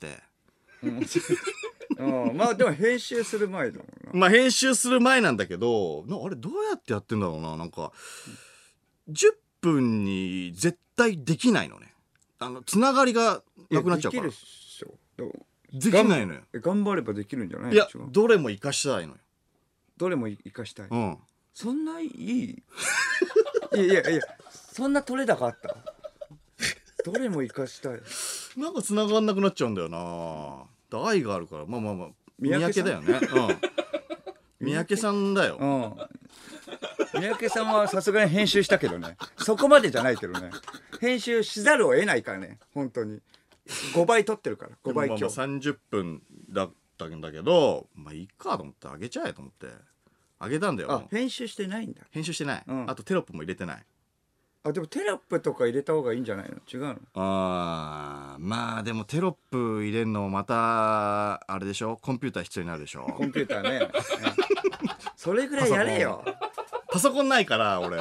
B: まあでも編集する前だもんな。
A: まあ編集する前なんだけどあれどうやってやってんだろうな。なんか10分に絶対できないのね。つながりがなくなっちゃうから。できないのよ。
B: 頑張ればできるんじゃない？
A: いやどれも生かしたいのよ。
B: どれも生かしたい。そんないいいやそんな取れ高あった？どれも生かしたい。
A: なんか繋がんなくなっちゃうんだよな。愛があるからまあ三宅だよね。三宅さんだよ。
B: 三宅さんはさすがに編集したけどね。そこまでじゃないけどね。編集しざるを得ないからね。本当に5倍取ってるから。5倍今日
A: 30分だったんだけどまあいいかと思ってあげちゃえと思ってあげたんだよ。
B: 編集してないんだ。
A: 編集してない、あとテロップも入れてない。
B: でもテロップとか入れた方がいいんじゃないの？違うの？
A: まあでもテロップ入れるのまたあれでしょ。コンピューター必要になるでしょ。
B: コンピューターねそれぐらいやれよ。
A: パソコンないから俺。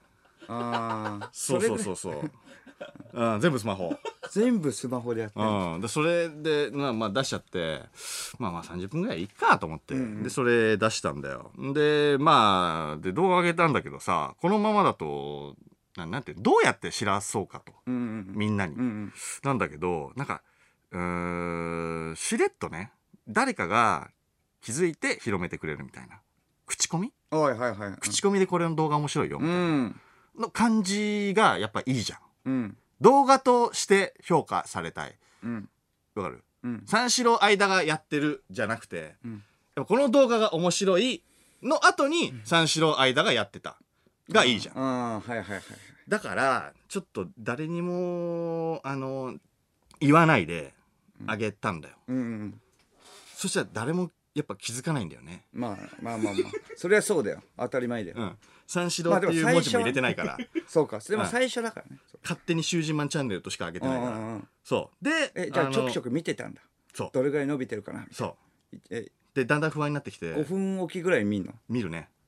A: そう全部スマホ。
B: 全部スマホでやってる。
A: でそれでまあ出しちゃってまあ30分ぐらいいっかと思って、でそれ出したんだよ。でで動画上げたんだけどさ、このままだとなんてどうやって知らそうかと、みんなに、なんだけどなんかしれっとね誰かが気づいて広めてくれるみたいな口コミ、口コミでこれの動画面白いよみたいなの感じがやっぱいいじゃん。 動画として評価されたい。
B: うん
A: わかる？
B: うん
A: 三四郎相田がやってるじゃなくて、
B: うん
A: やっぱこの動画が面白いの後に三四郎相田がやってたがいいじゃん。
B: ああはいはいはい
A: だからちょっと誰にも言わないであげたんだよ。
B: うんうん
A: そしたら誰もやっぱ気づかないんだよね。
B: まあそれはそうだよ当たり前だよ、
A: 三四郎っていう文字も入れてないから、
B: そうかでも最初だからね、
A: 勝手にシュージマンチャンネルとしか上げてないから、そうで
B: じゃあちょくちょく見てたんだ。
A: そう
B: どれぐらい伸びてるかなみたい
A: そ
B: な。
A: うでだんだん不安になってきて
B: 5分おきぐらい見んの
A: 見るね。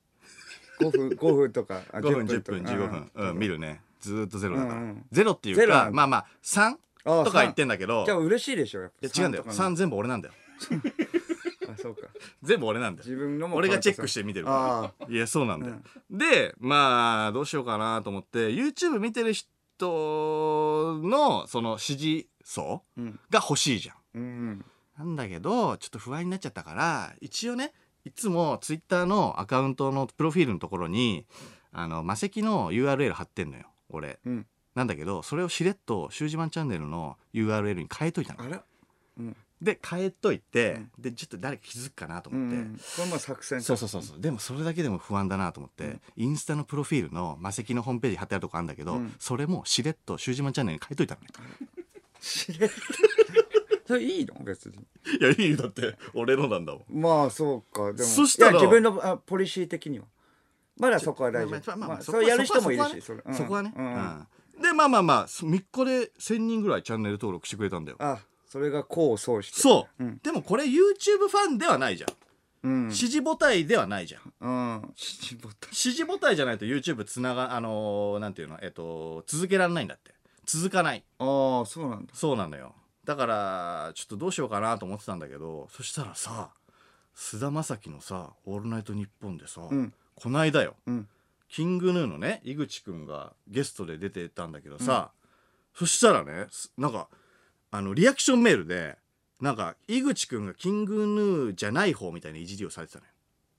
B: 5分とか
A: 5分10分
B: とか
A: 15分、見るね。ずーっとゼロだから、ゼロっていう
B: ゼロなんだ
A: かまあ3とか言ってんだけど、
B: じゃあ嬉しいでしょやっぱ。
A: いや違うんだよ。3全部俺なんだよ。
B: あそうか
A: 全部俺なんだよ。
B: 自分のも
A: 俺がチェックして見てるからいやそうなんだよ、でまあどうしようかなと思って YouTube 見てる人のその支持層が欲しいじゃん、なんだけどちょっと不安になっちゃったから一応ねいつも Twitter のアカウントのプロフィールのところにマセキの URL 貼ってんのよ俺、なんだけどそれをしれっとシュージマンチャンネルの URL に変えといたの。
B: あら
A: で変えといて、でちょっと誰か気づくかなと思って、
B: これも作戦。
A: そうでもそれだけでも不安だなと思って、インスタのプロフィールのマセキのホームページ貼ってあるとこあるんだけど、それもしれっとシュージマンチャンネルに変えといたのね。
B: しれっとそれいいの別に。
A: いやいいだって俺のなんだもん。
B: まあそうかでも
A: そしたら
B: いや自分のポリシー的にはまだそこは大丈夫。それやる人もいるし
A: そこはね。でまあ3日で1000人ぐらいチャンネル登録してくれたんだよ。
B: あそれが功を奏して。
A: そう、でもこれ YouTube ファンではないじゃん、支持母体ではないじゃん、支持母体じゃないと YouTube つながなんていうの続けられないんだって。続かない。
B: ああそうなんだ。
A: そうなのよ。だからちょっとどうしようかなと思ってたんだけど、そしたらさ菅田将暉のさ「オールナイトニッポン」でさ、こないだよ、キングヌーのね井口くんがゲストで出てたんだけどさ、そしたらねなんかリアクションメールでなんか井口くんがキングヌーじゃない方みたいないじりをされてたのよ。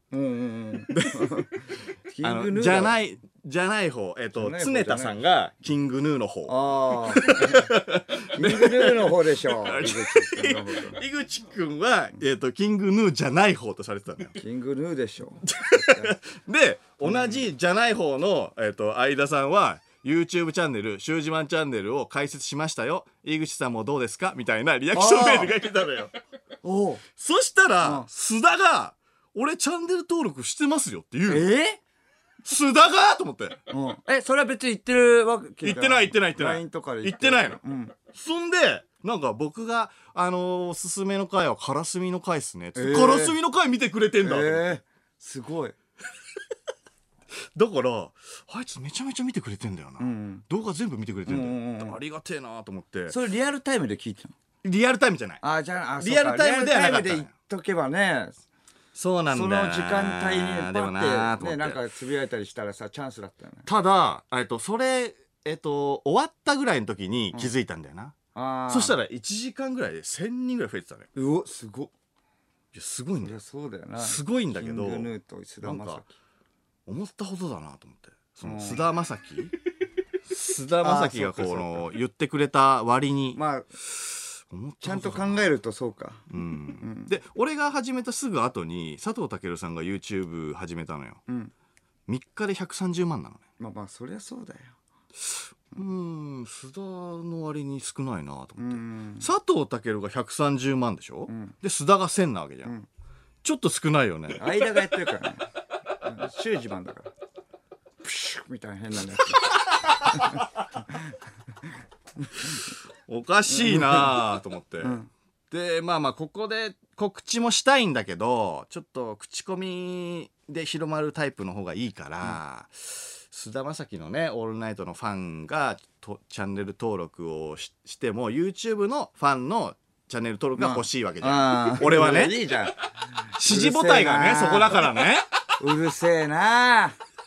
B: キングヌー
A: じゃない方常田さんがキングヌーの方。
B: ああキングヌーの方でしょ
A: 井口くんはキングヌーじゃない方とされてたのよ。
B: キングヌーでしょ
A: で同じじゃない方の相田さんはYouTube チャンネルシュージマンチャンネルを開設しましたよ、井口さんもどうですかみたいなリアクションメールが来たのよ。そしたら須田が俺チャンネル登録してますよって言う。須田がと思って、
B: それは別に言ってるわけ。
A: 言ってない
B: LINE とかで
A: 言ってないの、そんでなんか僕がおすすめの回はカラスミの回っすね、カラスミの回見てくれてんだ、
B: すごい。
A: だからあいつめちゃめちゃ見てくれてんだよな、動画全部見てくれてんだよ、ありがてえなと思って。
B: それリアルタイムで聞いてたの？
A: リアルタイムじゃない。
B: じゃあ
A: リアルタイムではなかった。
B: リアルタイムで言っとけばね。
A: そうなんだよ。
B: その時間帯に
A: でもな
B: パッてねなんかつぶやいたりしたらさチャンスだったよね。
A: ただそれ終わったぐらいの時に気づいたんだよな。そしたら1時間ぐらいで1000人ぐらい増えてたのよ。
B: うおすごっ。
A: いやすごいんだよ。
B: そうだよな。
A: すごいんだけど、
B: キングヌーと菅田将暉
A: 思ったほどだなと思って、その菅田将暉菅田将暉がこう言ってくれた割に
B: まあちゃんと考えるとそうか。
A: で俺が始めたすぐ後に佐藤健さんが YouTube 始めたのよ。3日で130万なのね。
B: まあそりゃそうだよ。
A: 須田の割に少ないなと思って、佐藤健が130万でしょ、で須田が1000なわけじゃん、ちょっと少ないよね。
B: 間がやってるからねシュージマンだからプシュみたいな変なやつ
A: おかしいなと思って、でまあここで告知もしたいんだけどちょっと口コミで広まるタイプの方がいいから、菅田将暉のねオールナイトのファンがチャンネル登録をしても YouTube のファンのチャンネル登録が欲しいわけじゃん、俺はね。
B: いいじゃん
A: 支持母体がねそこだからね。
B: うるせえな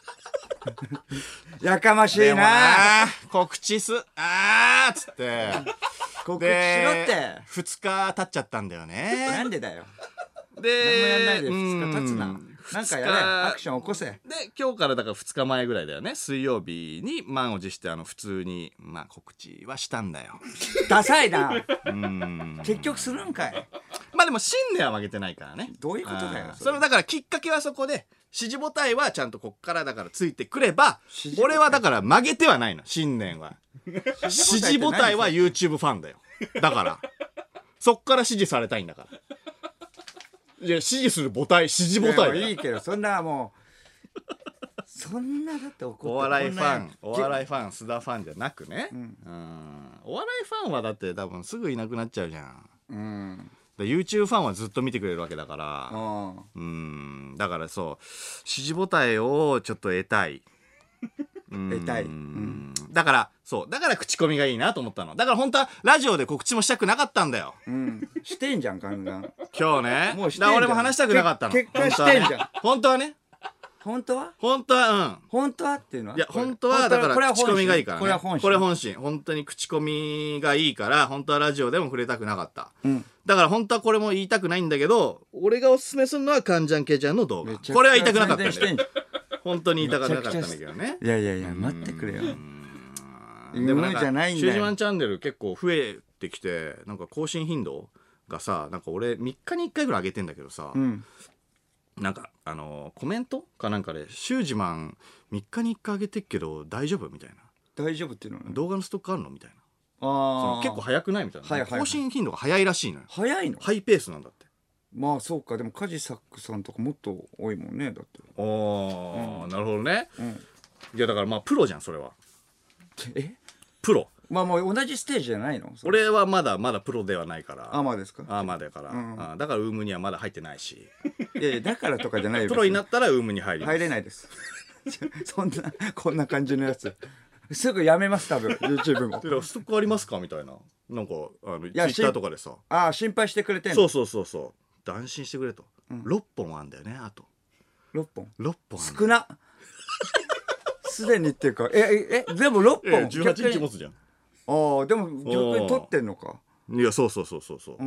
B: やかましいな。
A: 告知っつって
B: 告知しろって
A: 2日経っちゃったんだよね。
B: なんでだよ。
A: で
B: 何もやんないで2日経つな。 なんかやれ、アクション起こせ。
A: で今日からだから2日前ぐらいだよね、水曜日に満を持して普通に告知はしたんだよ。
B: ダサいな。結局するんかい。
A: でも新年は曲げてないからね。
B: どういうことだよ。
A: それだからきっかけはそこで、支持母体はちゃんとこっからだからついてくれば、俺はだから曲げてはないの、新年は。支持母体は YouTube ファンだよ。だからそっから支持されたいんだから。いや、支持する母体、支持母体だよ。
B: いいけど、そんなもうそんなだって怒って
A: お笑いファン、須田ファンじゃなくね、お笑いファンはだって多分すぐいなくなっちゃうじゃん。YouTube ファンはずっと見てくれるわけだから、だからそう支持母体をちょっと得たい。だから口コミがいいなと思ったの。だから本当はラジオで告知もしたくなかったんだよ。
B: してんじゃん、ガンガン
A: 今日ね。
B: もうしてんじゃん。
A: 俺も話したくなかったの。
B: 結果してんじゃん。
A: 本当はね。
B: 本当は
A: 本当は
B: っていうのは、
A: いや本当はだから口コミがいいからね。これ本心。本当に口コミがいいから、本当はラジオでも触れたくなかった。だから本当はこれも言いたくないんだけど、俺がおすすめするのはカンジャンケイちゃんの動画。これは言いたくなかったんだよ。本当に言いたくなかったんだけどね。
B: いや待ってくれよ。
A: でもなんか
B: じゃないんだよ。
A: シュージマンチャンネル結構増えてきて、なんか更新頻度がさ、なんか俺3日に1回ぐらい上げてんだけどさ、なんかコメントかなんかで、シュージマン3日に1回上げてっけど大丈夫みたいな。
B: 大丈夫っていうのは、
A: 動画のストックあるのみたいな。結構早くないみたいな。更新頻度が早いらしいのよ。
B: 早いの？
A: ハイペースなんだって。
B: まあそうか。でもカジサックさんとかもっと多いもんね、だって。
A: なるほどね。いやだからプロじゃんそれは。プロ。
B: もう同じステージじゃないの？
A: 俺はまだプロではないから。
B: アマですか？
A: アマだから、だからウームにはまだ入ってないし。
B: いやだからとかじゃないよ。
A: プロになったらウームに入ります。
B: 入れないです。こんな感じのやつすぐやめます多分。YouTube も
A: ストックありますかみたいな、なんかツイッターとかでさ、
B: 心配してくれてんの？
A: そう安心してくれと。6本あんだよね、あと
B: 6本
A: 少
B: な。すでにっていうか、でも6本
A: 18日持つじゃん。
B: でも逆に撮ってんのか。
A: いやそう、だから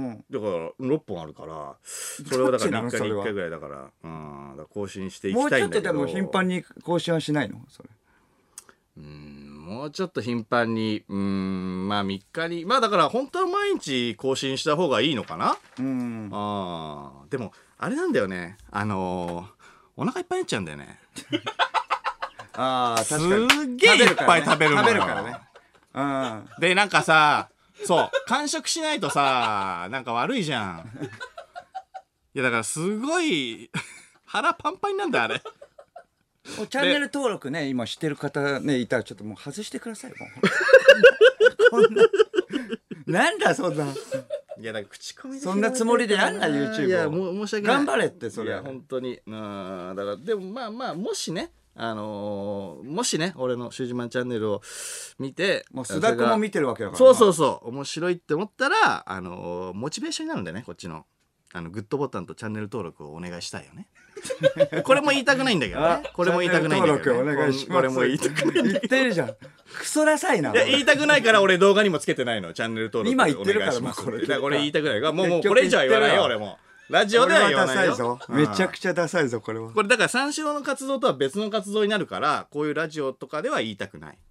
A: 6本あるから、それはだから3日に1回ぐらいだから、だから更新していきたいんだけど。
B: もうちょっとでも頻繁に更新はしないの？それ
A: もうちょっと頻繁に、3日に、だから本当は毎日更新した方がいいのかな。でもあれなんだよね、お腹いっぱいになっちゃうんだよね。
B: 確かに
A: すっげえいっぱい食べるのよ。
B: からね。
A: でなんかさ、そう完食しないとさ、なんか悪いじゃん。いやだからすごい腹パンパンになんだよあれ。
B: チャンネル登録ね、今してる方ねいたらちょっともう外してください。もうこんなんだそんな。
A: いやだから口コミで
B: そんなつもりでやんな YouTube を。
A: いやもう申し訳ない。
B: 頑張れってそれ。
A: いや本当に。だからでももしね、俺のシュージマンチャンネルを見て、
B: もう須田君も見てるわけだから。
A: そう面白いって思ったら、モチベーションになるんだよね、こっちのグッドボタンとチャンネル登録をお願いしたいよね。これも言いたくないんだけどね。これも言いたくないんだけど、ね、
B: 登録お願いします。
A: これも言いたくないんだけど。
B: 言ってるじゃん。クソダサいな。
A: いや言いたくないから俺動画にもつけてないの、チャンネル登録
B: 今言ってるから。
A: これ言いたくないから、もうこれ以上は言わないよ俺も。ラジオでは言わないよ。
B: めちゃくちゃダサいぞこれは。
A: これだから三四郎の活動とは別の活動になるから、こういうラジオとかでは言いたくない。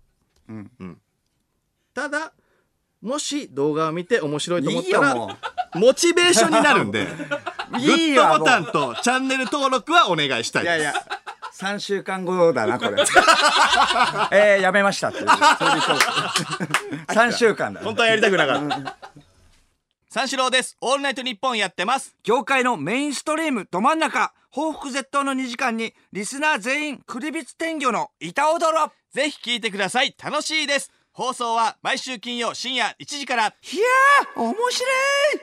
A: ただもし動画を見て面白いと思ったらモチベーションになるんで、グッドボタンとチャンネル登録はお願いしたいです。
B: いや3週間後だなこれ。やめましたって。3週間だ。
A: 本当はやりたくなかった。三四郎です。オールナイトニッポンやってます。
B: 業界のメインストリームど真ん中、報復絶倒の2時間にリスナー全員クリビツ天魚の板踊ろ。
A: ぜひ聞いてください。楽しいです。放送は毎週金曜深夜1時から。いや
B: ー面白い。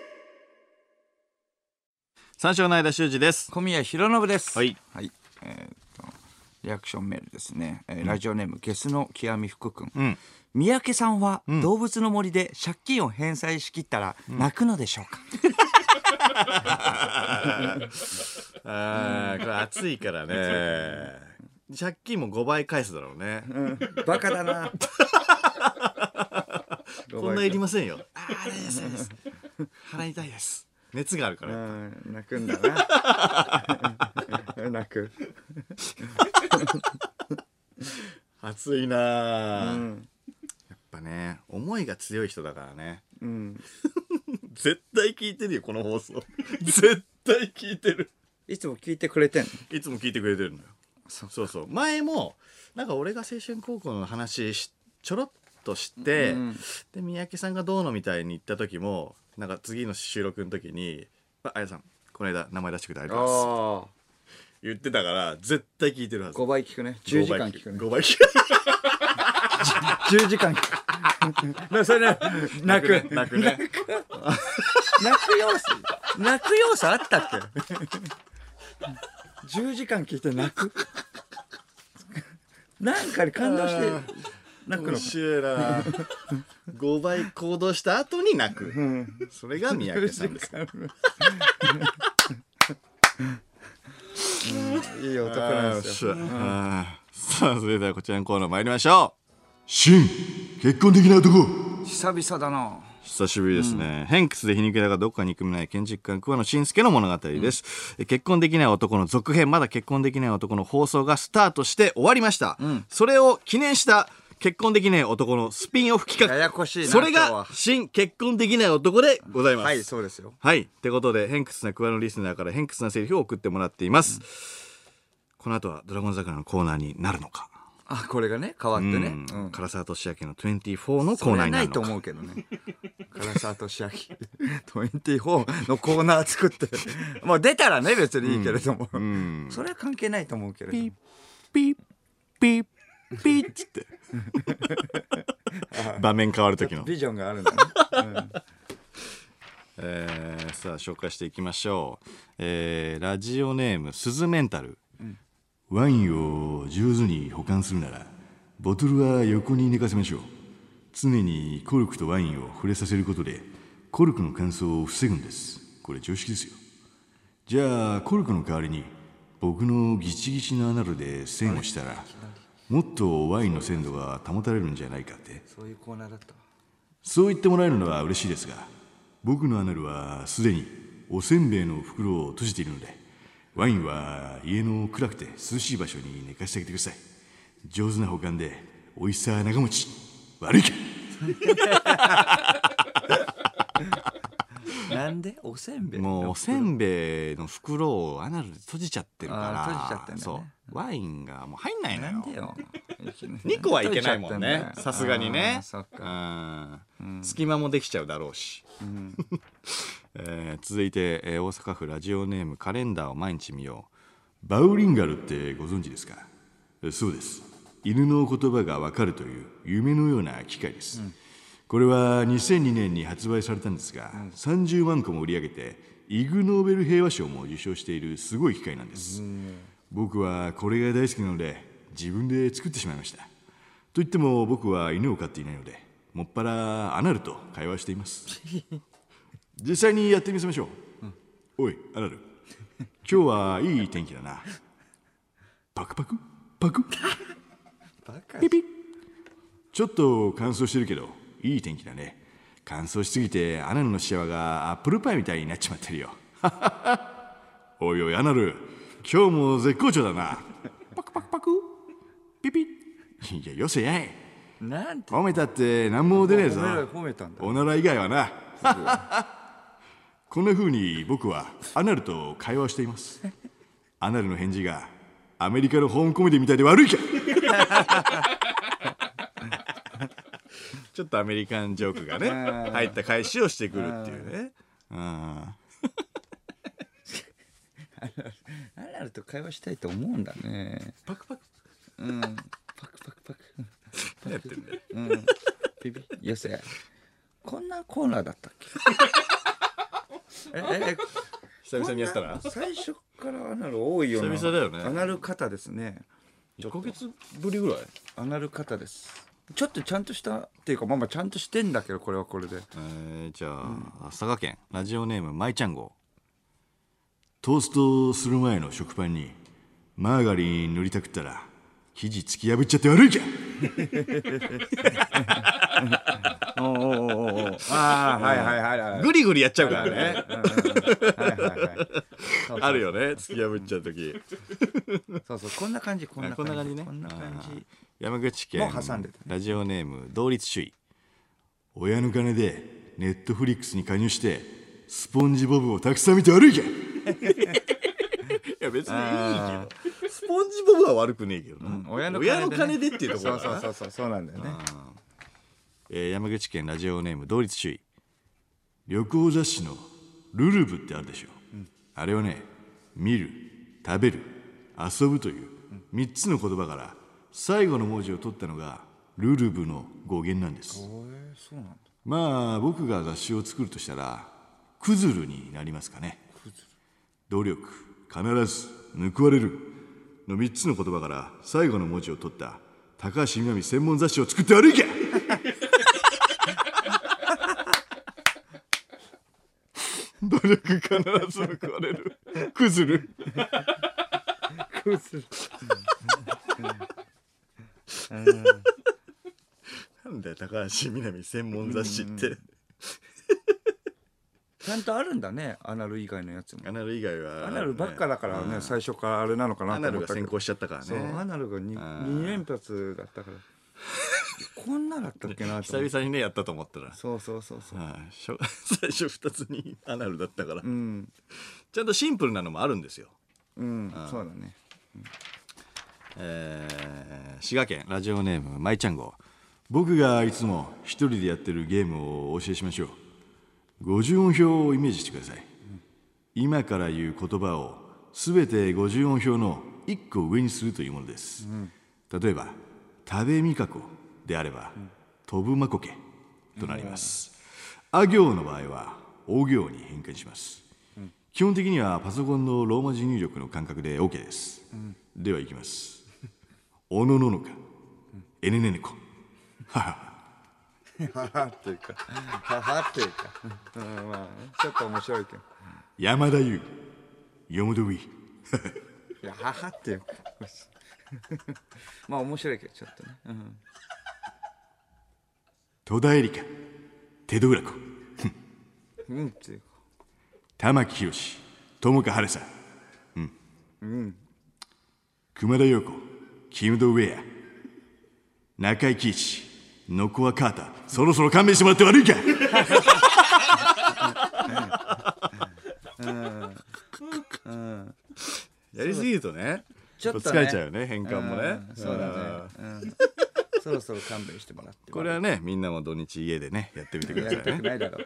A: 三四郎の間修二です。
B: 小宮浩信です。
A: はい、
B: リアクションメールですね。ラジオネームゲスの極み福くん。三宅さんは動物の森で借金を返済しきったら泣くのでしょうか。
A: これ熱いからね。借金も5倍返すだろうね。
B: バカだな。
A: こんないりませんよ。あれです払いたいです。熱があるから。
B: 泣くんだな。 泣く。
A: 熱いな、やっぱね思いが強い人だからね、絶対聞いてるよこの放送絶対聞いてる。
B: いつも聞いてくれてんの？
A: いつも聞いてくれてるのよ。そうそう、前もなんか俺が青春高校の話ちょろっとして、で三宅さんがどうのみたいに言った時もなんか次の収録の時にあやさんこの間名前出してくれてありがとうございます言ってたから絶対聞いてるはず。
B: 5倍聞くね。10時間聞くね。
A: 5倍聞く
B: 10時間聞く。それね、泣くね。泣く要素あったっけ？10時間聞いて泣く。なんかに感動して泣くの。
A: 面白いな。5倍行動した後に泣く。それが三宅さんです。
B: いい男なんですよ。
A: さあそれではこちらのコーナー参りましょう。新結婚的な男。
B: 久々だな。
A: 久しぶりですね、偏屈で皮肉だがどこか憎めない建築家桑野信介の物語です、結婚できない男の続編まだ結婚できない男の放送がスタートして終わりました、それを記念した結婚できない男のスピンオフ企画、
B: ややこしいな。
A: それが新結婚できない男でございます。
B: はい、そうですよ。
A: はい、ってことで偏屈な桑野リスナーから偏屈なセリフを送ってもらっています、この後はドラゴン桜のコーナーになるのか、
B: あ、これがね変わってね、
A: 唐沢寿明の24のコーナーになるのか。
B: それはないと思うけどね。唐沢寿明24のコーナー作ってもう出たらね別にいいけれども、それは関係ないと思うけれども、
A: ピッピッピッピッつって場面変わる時の
B: ビジョンがあるんだね、
A: さあ紹介していきましょう、ラジオネームスズメンタル、ワインを上手に保管するならボトルは横に寝かせましょう。常にコルクとワインを触れさせることでコルクの乾燥を防ぐんです。これ常識ですよ。じゃあコルクの代わりに僕のギチギチなアナルで栓をしたらもっとワインの鮮度が保たれるんじゃないかって。
B: そういうコーナーだった。
A: そう言ってもらえるのは嬉しいですが、僕のアナルはすでにおせんべいの袋を閉じているので、ワインは家の暗くて涼しい場所に寝かせてあげてください。上手な保管で美味しさ長持ち。悪いか
B: なんでおせんべい？
A: もうおせんべいの袋をアナルで閉じちゃってるから
B: 閉じちゃってんだね。
A: そうワインがもう入んないのよ。
B: なんでよ
A: 2個はいけないもんね、さすがにね。
B: そっか、
A: 隙間もできちゃうだろうし、続いて、大阪府ラジオネームカレンダーを毎日見よう。バウリンガルってご存知ですか？そうです。犬の言葉がわかるという夢のような機械です、これは2002年に発売されたんですが、30万個も売り上げてイグ・ノーベル平和賞も受賞しているすごい機械なんです、僕はこれが大好きなので自分で作ってしまいました。といっても僕は犬を飼っていないのでもっぱらアナルと会話しています実際にやってみせましょう、おいアナル、今日はいい天気だな。パクパクパクピピッ。ちょっと乾燥してるけどいい天気だね。乾燥しすぎてアナルのシワがアップルパイみたいになっちまってるよおいおいアナル、今日も絶好調だな。パクパクパクピピッ。いやよせやい。
B: なんて
A: 褒めたって何も出ねえぞ。
B: 褒めたんだ。
A: おなら以外はなこんな風に僕はアナルと会話していますアナルの返事がアメリカのホームコメディみたいで悪いかちょっとアメリカンジョークがね入った返しをしてくるっていうね。
B: アナルと会話したいと思うんだね。
A: パクパク
B: パクパクパク
A: 何やってんだよ、
B: ピピよせ。こんなコーナーだったっけ
A: 久々にやったら
B: 最初からアナル多いよな。
A: 久々だよね。
B: アナル肩ですね。
A: 1ヶ月ぶりぐらい
B: アナル肩です。ちょっとちゃんとしたっていうかまあちゃんとしてんだけどこれはこれで、
A: じゃあ、佐賀県ラジオネームまいちゃん号。トーストする前の食パンにマーガリン塗りたくったら生地突き破っちゃって悪いか
B: おおおおお、ああ、はいはいはいはい。
A: グリグリやっちゃうからね。
B: はいはいはい。
A: あるよね、突き破っちゃう時。
B: そうそう、こんな感じ、こんな感じ。
A: こんな感じね。
B: こんな感じ。
A: 山口県
B: もう挟んでたね。
A: ラジオネーム同率首位。親の金でネットフリックスに加入してスポンジボブをたくさん見て悪いか。いや別にいいけど、スポンジボブは悪くねえけどな、親の金でっていうところだな。
B: そうなんだよね。
A: 山口県ラジオネーム同率首位。旅行雑誌のルルブってあるでしょ、あれをね、見る、食べる、遊ぶという3つの言葉から最後の文字を取ったのがルルブの語源なんです。
B: そうなんだ。
A: まあ僕が雑誌を作るとしたらクズルになりますかね。努力、必ず、報われるの3つの言葉から最後の文字を取った高橋みなみ専門雑誌を作って悪いか。努力、必ず報われる、クズル。
B: クズル。
A: なんだよ高橋みなみ専門雑誌って。
B: ちゃんとあるんだね、アナル以外のやつも。
A: アナル以外は
B: アナルばっかだからね、最初からあれなのかな
A: アナルが先行しちゃったからね。
B: そう、アナルが 2連発だったからこんなだったっけなと
A: 久々にねやったと思ったら、
B: そうそうそうそう、
A: 最初2つにアナルだったから、
B: うん、
A: ちゃんとシンプルなのもあるんですよ。
B: うん、そうだね。
A: 滋賀県ラジオネームまいちゃん号。僕がいつも一人でやってるゲームをお教えしましょう。50音表をイメージしてください、今から言う言葉をすべて50音表の1個上にするというものです、例えば食べみかこであれば、飛ぶまこけとなります、あ行の場合はお行に変換します、基本的にはパソコンのローマ字入力の感覚で OK です、ではいきます。おのののか、えねねねこ、はは
B: ははっていうか、ははっていうか、まあちょっと面白いけど、
A: 山田優、よもどい、
B: いやははっていうかまあ面白いけどちょっとね、
A: 戸田恵梨香、手戸浦子、
B: うんっていうか、
A: 玉木宏、友果晴さん、熊田曜子、キムドウェア、中井貴一、ノコアカーター、そろそろ勘弁してもらって悪いか。やりすぎるとね、
B: ちょっと
A: 疲れちゃうよね、変換もね。
B: そうだね、そろそろ勘弁してもらって。
A: これはね、みんなも土日家でねやってみてくださいね。
B: やりたくないだろ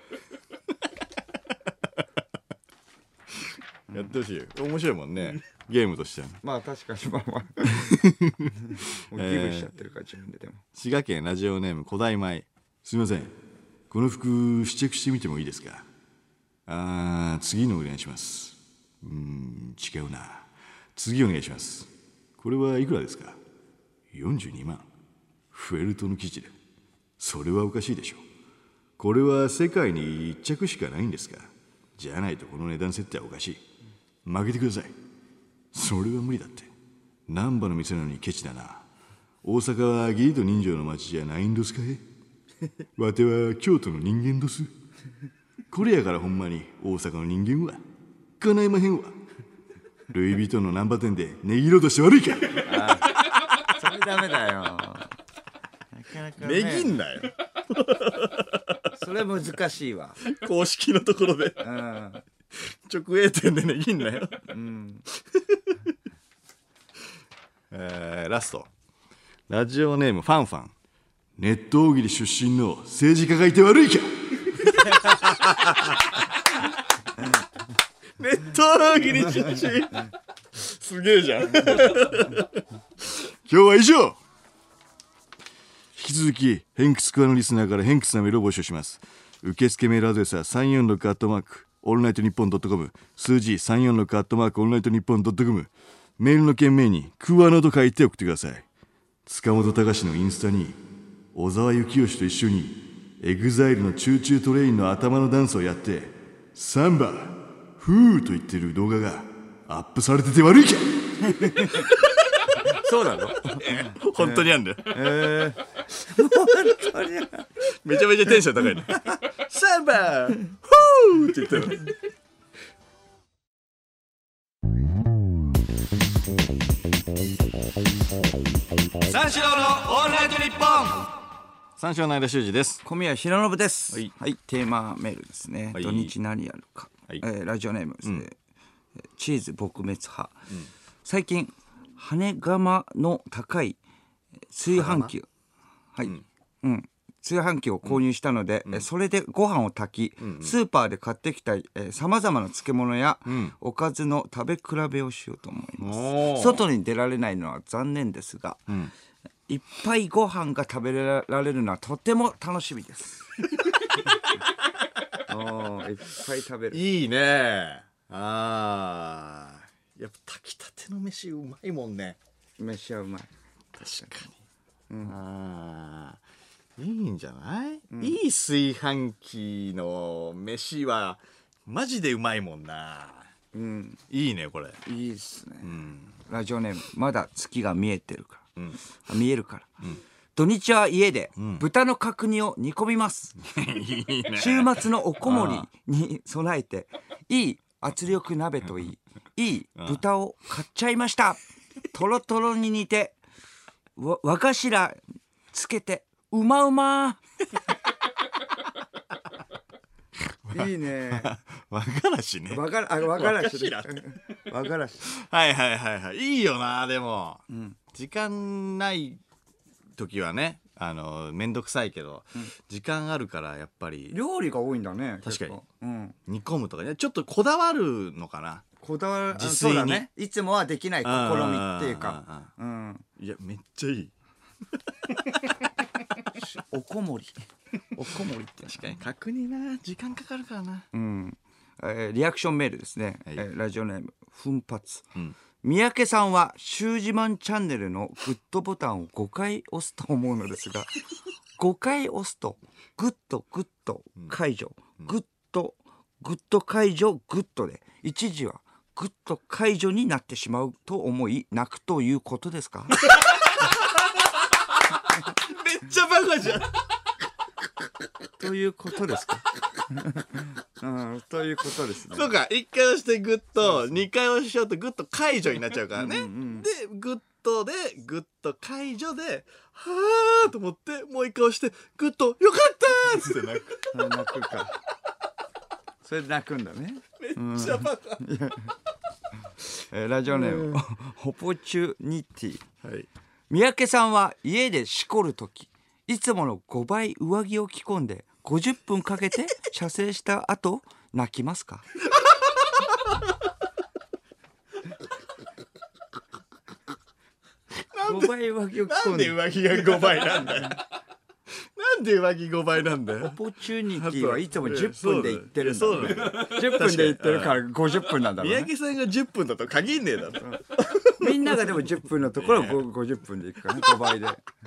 A: やってほしいよ、面白いもんね、ゲームとしては。
B: まあ確かに、まあまあもうギブしちゃってるから自分で。でも
A: 滋賀県ラジオネーム古代米。すみません、この服試着してみてもいいですか。次のお願いします。違うな、次お願いします。これはいくらですか。42万。フェルトの生地で。それはおかしいでしょう。これは世界に1着しかないんですか。じゃないとこの値段設定はおかしい。負けてください。それは無理だって。難波の店なのにケチだな。大阪は義理と人情の町じゃないんどすかい。わては京都の人間どす。これやからほんまに大阪の人間はかないまへんわ。ルイ・ヴィトンの難波店で値切ろうとして悪いか。
B: それダメだよ、なかなか、ね、
A: 値切んなよ。
B: それ難しいわ。
A: 公式のところで、直営店で値切んなよ。ラストラジオネームファンファン。ネット大喜利出身の政治家がいて悪いか。ネット大喜利出身すげえじゃん。今日は以上。引き続き偏屈クワのリスナーから偏屈なメールを募集します。受付メールアドレスは346オールナイトニッポン.com、数字346オールナイトニッポン.com。メールの件名にクワナと書いて送ってください。塚本隆のインスタに小沢幸義と一緒にエグザイルのチューチュートレインの頭のダンスをやってサンバフーと言ってる動画がアップされてて悪いか。
B: そうなの
A: 本当にあんだよ。 めちゃめちゃテンション高いね3番フーって言ってる。三四郎のオールナイトニッポン。三四郎の間修二です。
B: 小宮浩信です。
A: はい、
B: はい、テーマメールですね、
A: はい、
B: 土日何やるか、
A: はい、
B: ラジオネームですね、チーズ撲滅派、最近羽釜の高い炊飯器、はい、炊飯器を購入したので、それでご飯を炊き、スーパーで買ってきたさまざまな漬物や、おかずの食べ比べをしようと思います。外に出られないのは残念ですが、いっぱいご飯が食べられるのはとても楽しみですいっぱい食べる。
A: いいね。やっぱ炊きたての飯うまいもんね。
B: 飯はうまい。
A: 確かに、いいんじゃない、いい炊飯器の飯はマジでうまいもんな。いいねこれ。
B: いいっすね、ラジオネームまだ月が見えてるから、見えるから、土日は家で豚の角煮を煮込みます、いいね、週末のおこもりに備えていい圧力鍋といい豚を買っちゃいました。トロトロに煮て和頭つけてうまうまいいね。
A: 和がらしね。
B: 和がらし和がらし。
A: はいいいよな。でも、時間ない時はね、めんどくさいけど、時間あるからやっぱり
B: 料理が多いんだね。
A: 確かに、煮込むとかね、ちょっとこだわるのかな。
B: こだわる
A: 自炊に、
B: そうだね、いつもはできない試みっていうか、
A: いやめっちゃいい
B: おこもりって
A: 確かに角煮な、時間かかるからな。
B: リアクションメールですね、ラジオネーム奮発、三宅さんはシュージマンチャンネルのグッドボタンを5回押すと思うのですが5回押すとグッド解除、グッド解除グッドで一時はグッド解除になってしまうと思い泣くということですか？
A: めっちゃバカじゃん
B: ということですか？ということですね。
A: そうか、1回押してグッド、2回押しちゃうとグッド解除になっちゃうからね。でグッドでグッド解除ではーと思ってもう1回押してグッドよかったーっつって
B: 泣くか。それで泣くんだね。
A: めっちゃバカ。
B: ラジオネームホポチュニティ、三宅さんは家でしこるときいつもの5倍上着を着込んで50分かけて射精した後泣きますか？5倍上着を着込んで。
A: なんで上着が5倍なんだよなんで上着5倍なんだよ。
B: オポチュニティはいつも10分で行ってるんだ。そうだよ。10分で行ってるから50分なんだろうね。
A: 三宅さんが10分だと限んねえだろ
B: みんながでも10分のところを50分で行くからね、5倍で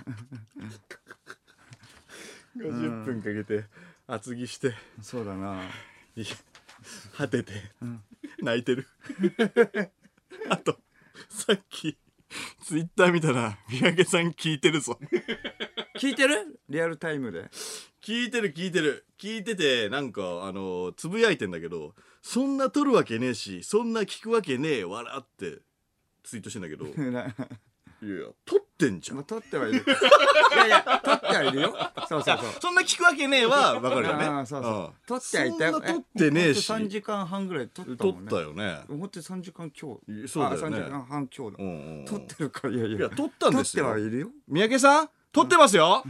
A: 50分かけて厚着して、
B: そうだな、
A: 果てて、泣いてるあとさっきツイッター見たら三宅さん聞いてるぞ
B: 聞いてる？リアルタイムで
A: 聞いてて、なんかつぶやいてんだけど、そんな撮るわけねえしそんな聞くわけねえ笑ってツイートしてんだけどいや撮ってんじゃん。
B: 撮ってはいるいや撮ってはいるよ。そう
A: そんな聞くわけねえは分かるよね。
B: 撮ってはいたよ。
A: そんな撮ってねえし
B: 3時間半ぐらい撮ったもんね。
A: 撮ったよね。
B: 思って3時間強。
A: そうだよね。
B: 3時間半強だ。撮ってるから。いや
A: 撮ったんですよ。
B: 撮ってはいるよ。
A: 三宅さん撮ってますよ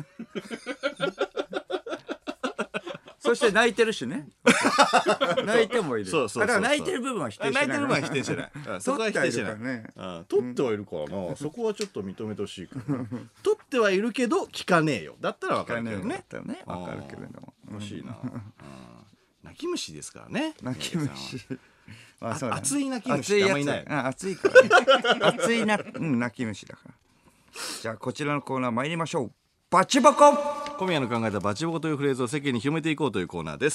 B: そして泣いてるしね泣いてもいる。だから泣いてる部分は否定しない。
A: 泣いてる部分は否定してないそこは否定してない。撮ってはいるからな、そこはちょっと認めてほしいから撮ってはいるけど聞かねえよだったら分かるけどね。
B: 分かるけれども
A: 欲しいな泣き虫ですからね。
B: 泣き虫
A: 熱い泣き虫ってあんまいない。
B: 熱いからね熱い泣き虫だから。じゃあこちらのコーナー参りましょう。バチボコ。
A: 小宮の考えたバチボコというフレーズを世間に広めていこうというコーナーです。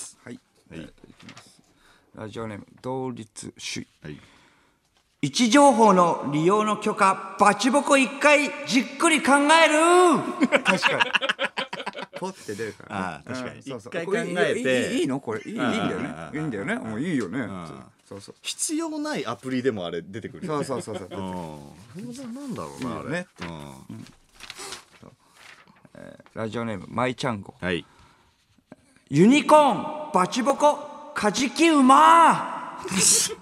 B: はい、いきます。ラジオネーム同率首位、 位置情報の利用の許可バチボコ1回じっくり考える確かにポッて出るからね。
A: 確かに
B: そうそう
A: 一回考えて
B: いいのこれいいんだよねいいんだよねもういいよねそうそう
A: 必要ないアプリでもあれ出てくるよね。
B: そう
A: なんだろうなあれ
B: ねラジオネームマイちゃんご
A: はい。
B: ユニコーンバチボコカジキ馬カ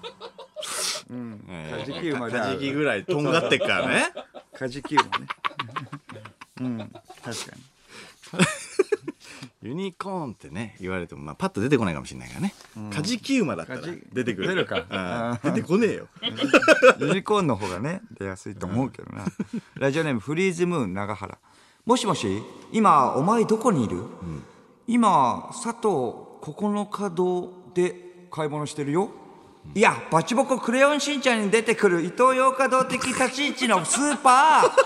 B: ジキ馬だ
A: カジキぐらいとんがってっからね。
B: カジキ馬ね確かに
A: ユニコーンってね言われてもパッと出てこないかもしれないからね。カジキ馬だったら出てくる。
B: 出るか
A: 出てこねえよ。
B: ユニコーンの方がね出やすいと思うけどなラジオネームフリーズムーン長原もしもし今お前どこにいる、今佐藤9日堂で買い物してるよ、いやバチボコクレヨンしんちゃんに出てくるイトーヨーカドー的立ち位置のスーパー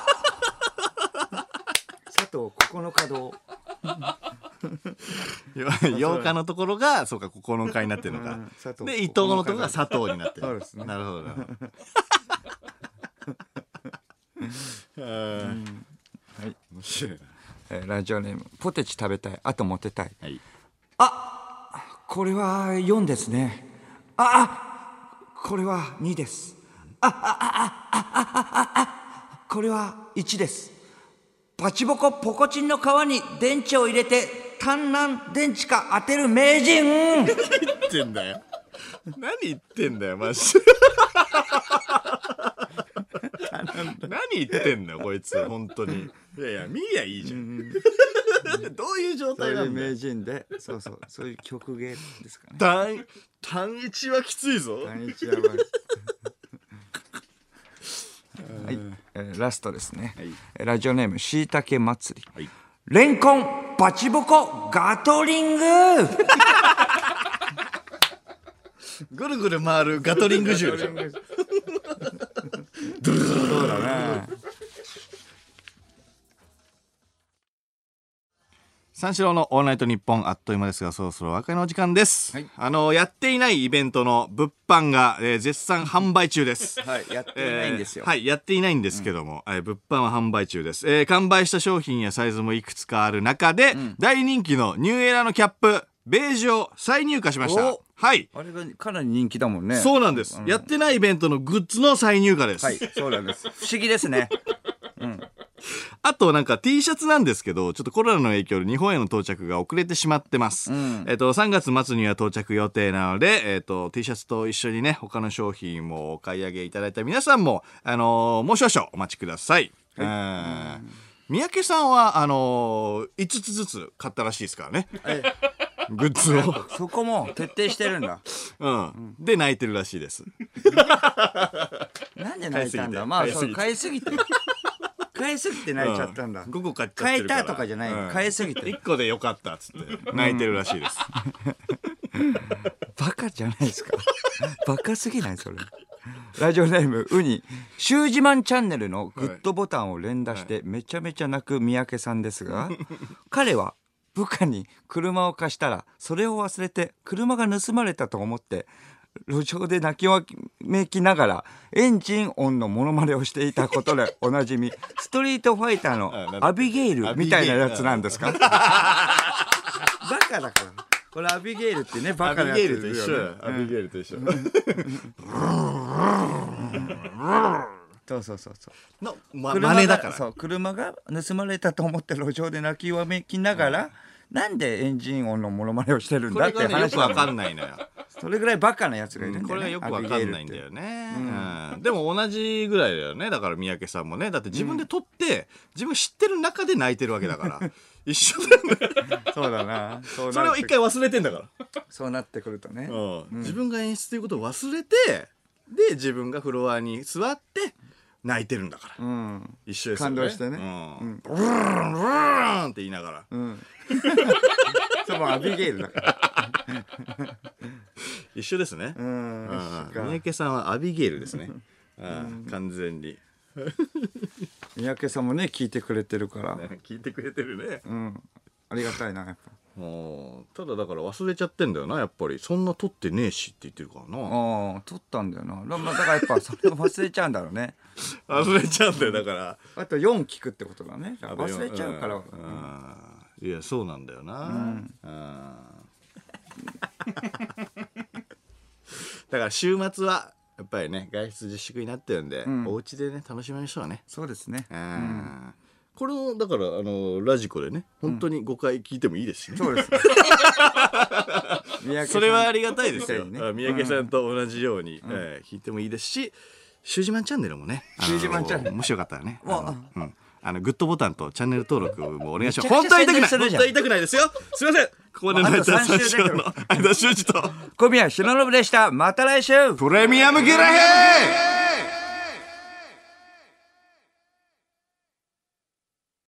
B: 佐藤9日堂
A: 8日のところがそうか9日になってるのか。で伊藤のところが佐藤になってる。
B: そうですね
A: なるほどなるほど。
B: はい
A: 面白いな。
B: ラジオネームポテチ食べたいあとモテたい、
A: はい。
B: これは4ですね。これは2です。これは1です。バチボコポコチンの皮に電池を入れて単南電池か当てる名人
A: 何言ってんだよ。何言ってんだよマジで。何言ってんだよこいつ本当に。いやいや見りゃいいじゃん。どういう状態なんだよ。
B: 名人でそういう曲芸ですかね。
A: 単一はきついぞ。
B: 単一やばいはい、ラストですね、ラジオネームしいたけ祭り、はい、レンコンバチボコガトリング
A: ぐるぐる回るガトリング銃じゃん。
B: そうだね。
A: 三四郎のオールナイトニッポンあっという間ですがそろそろお別れの時間です、はい、やっていないイベントの物販が、絶賛販売中です、
B: はい、やっていないんですよ、
A: はいやっていないんですけども、物販は販売中です、完売した商品やサイズもいくつかある中で、大人気のニューエラのキャップベージュを再入荷しました。はい。
B: あれがかなり人気だもんね。
A: そうなんです、やってないイベントのグッズの再入荷です。
B: はい、そうなんです。不思議ですね。
A: あとなんか T シャツなんですけどちょっとコロナの影響で日本への到着が遅れてしまってます、3月末には到着予定なので、T シャツと一緒にね他の商品もお買い上げいただいた皆さんも、もう少々お待ちください、三宅さんは5つずつ買ったらしいですからね、グッズを
B: そこも徹底してるんだ、
A: で泣いてるらしいです。
B: なんで泣いたんだ。まあ買いすぎて買いすぎて泣いちゃったんだ。
A: 5個買っちゃってるから
B: 買えたとかじゃない、買いすぎて
A: 1個でよかったっつって泣いてるらしいです。
B: バカじゃないですか。バカすぎないそれ。ラジオネームウニシュージマンチャンネルのグッドボタンを連打してめちゃめちゃ泣く三宅さんですが、彼は部下に車を貸したらそれを忘れて車が盗まれたと思って路上で泣きわめきながらエンジン音のモノマネをしていたことでおなじみストリートファイターのアビゲイルみたいなやつなんですか。バカだからこれアビゲイルってねバカなやつ、
A: アビゲイルと一緒よ、アビゲイルと一緒。
B: そう
A: の真似だから。
B: そう車が盗まれたと思って路上で泣きわめきながら、なんでエンジン音のモノマネをしてるんだって話。
A: これがねよくわかんないのよ。
B: それぐらいバカなやつがいるんだよね。
A: これがよくわかんないんだよね、でも同じぐらいだよね。だから三宅さんもねだって自分で撮って、自分知ってる中で泣いてるわけだから一緒だよね。
B: そうだな。
A: それを一回忘れてんだから。
B: そうなってくるとね、
A: 自分が演出ということを忘れてで自分がフロアに座って泣いてるんだから、一緒ですよね。
B: 感動してね、
A: ブルーンブルーンって言いながら、
B: そうもうアビゲイルだから
A: 一緒ですね。三宅さんはアビゲイルですね。完全に
B: 三宅さんもね聞いてくれてるから、
A: 聞いてくれてるね。
B: ありがたいなやっぱ。
A: ただだから忘れちゃってんだよなやっぱり。そんな撮ってねえしって言ってるからな。
B: 撮ったんだよな。だからやっぱそれを忘れちゃうんだろうね。
A: 忘れちゃうんだよだから。
B: あと4聞くってことだね。だから忘れちゃうから。
A: いやそうなんだよな。だから週末はやっぱりね外出自粛になってるんで、お家でね楽しみましょうね。
B: そうですね。
A: これをだからラジコでね本当に5回聞いてもいいですしね。
B: そうです。
A: それはありがたいですよ。三宅さんと同じように聞いてもいいですし、シュージマンチャンネルもね、
B: シュージマンチャンネル
A: もしよかったらね、グッドボタンとチャンネル登録もお願いします。本当は痛くない、本当は痛くないですよ。すいません。ここで泣いた3週の間修二と
B: 小宮浩信でした。また来週。
A: プレミアムゲラヘイ。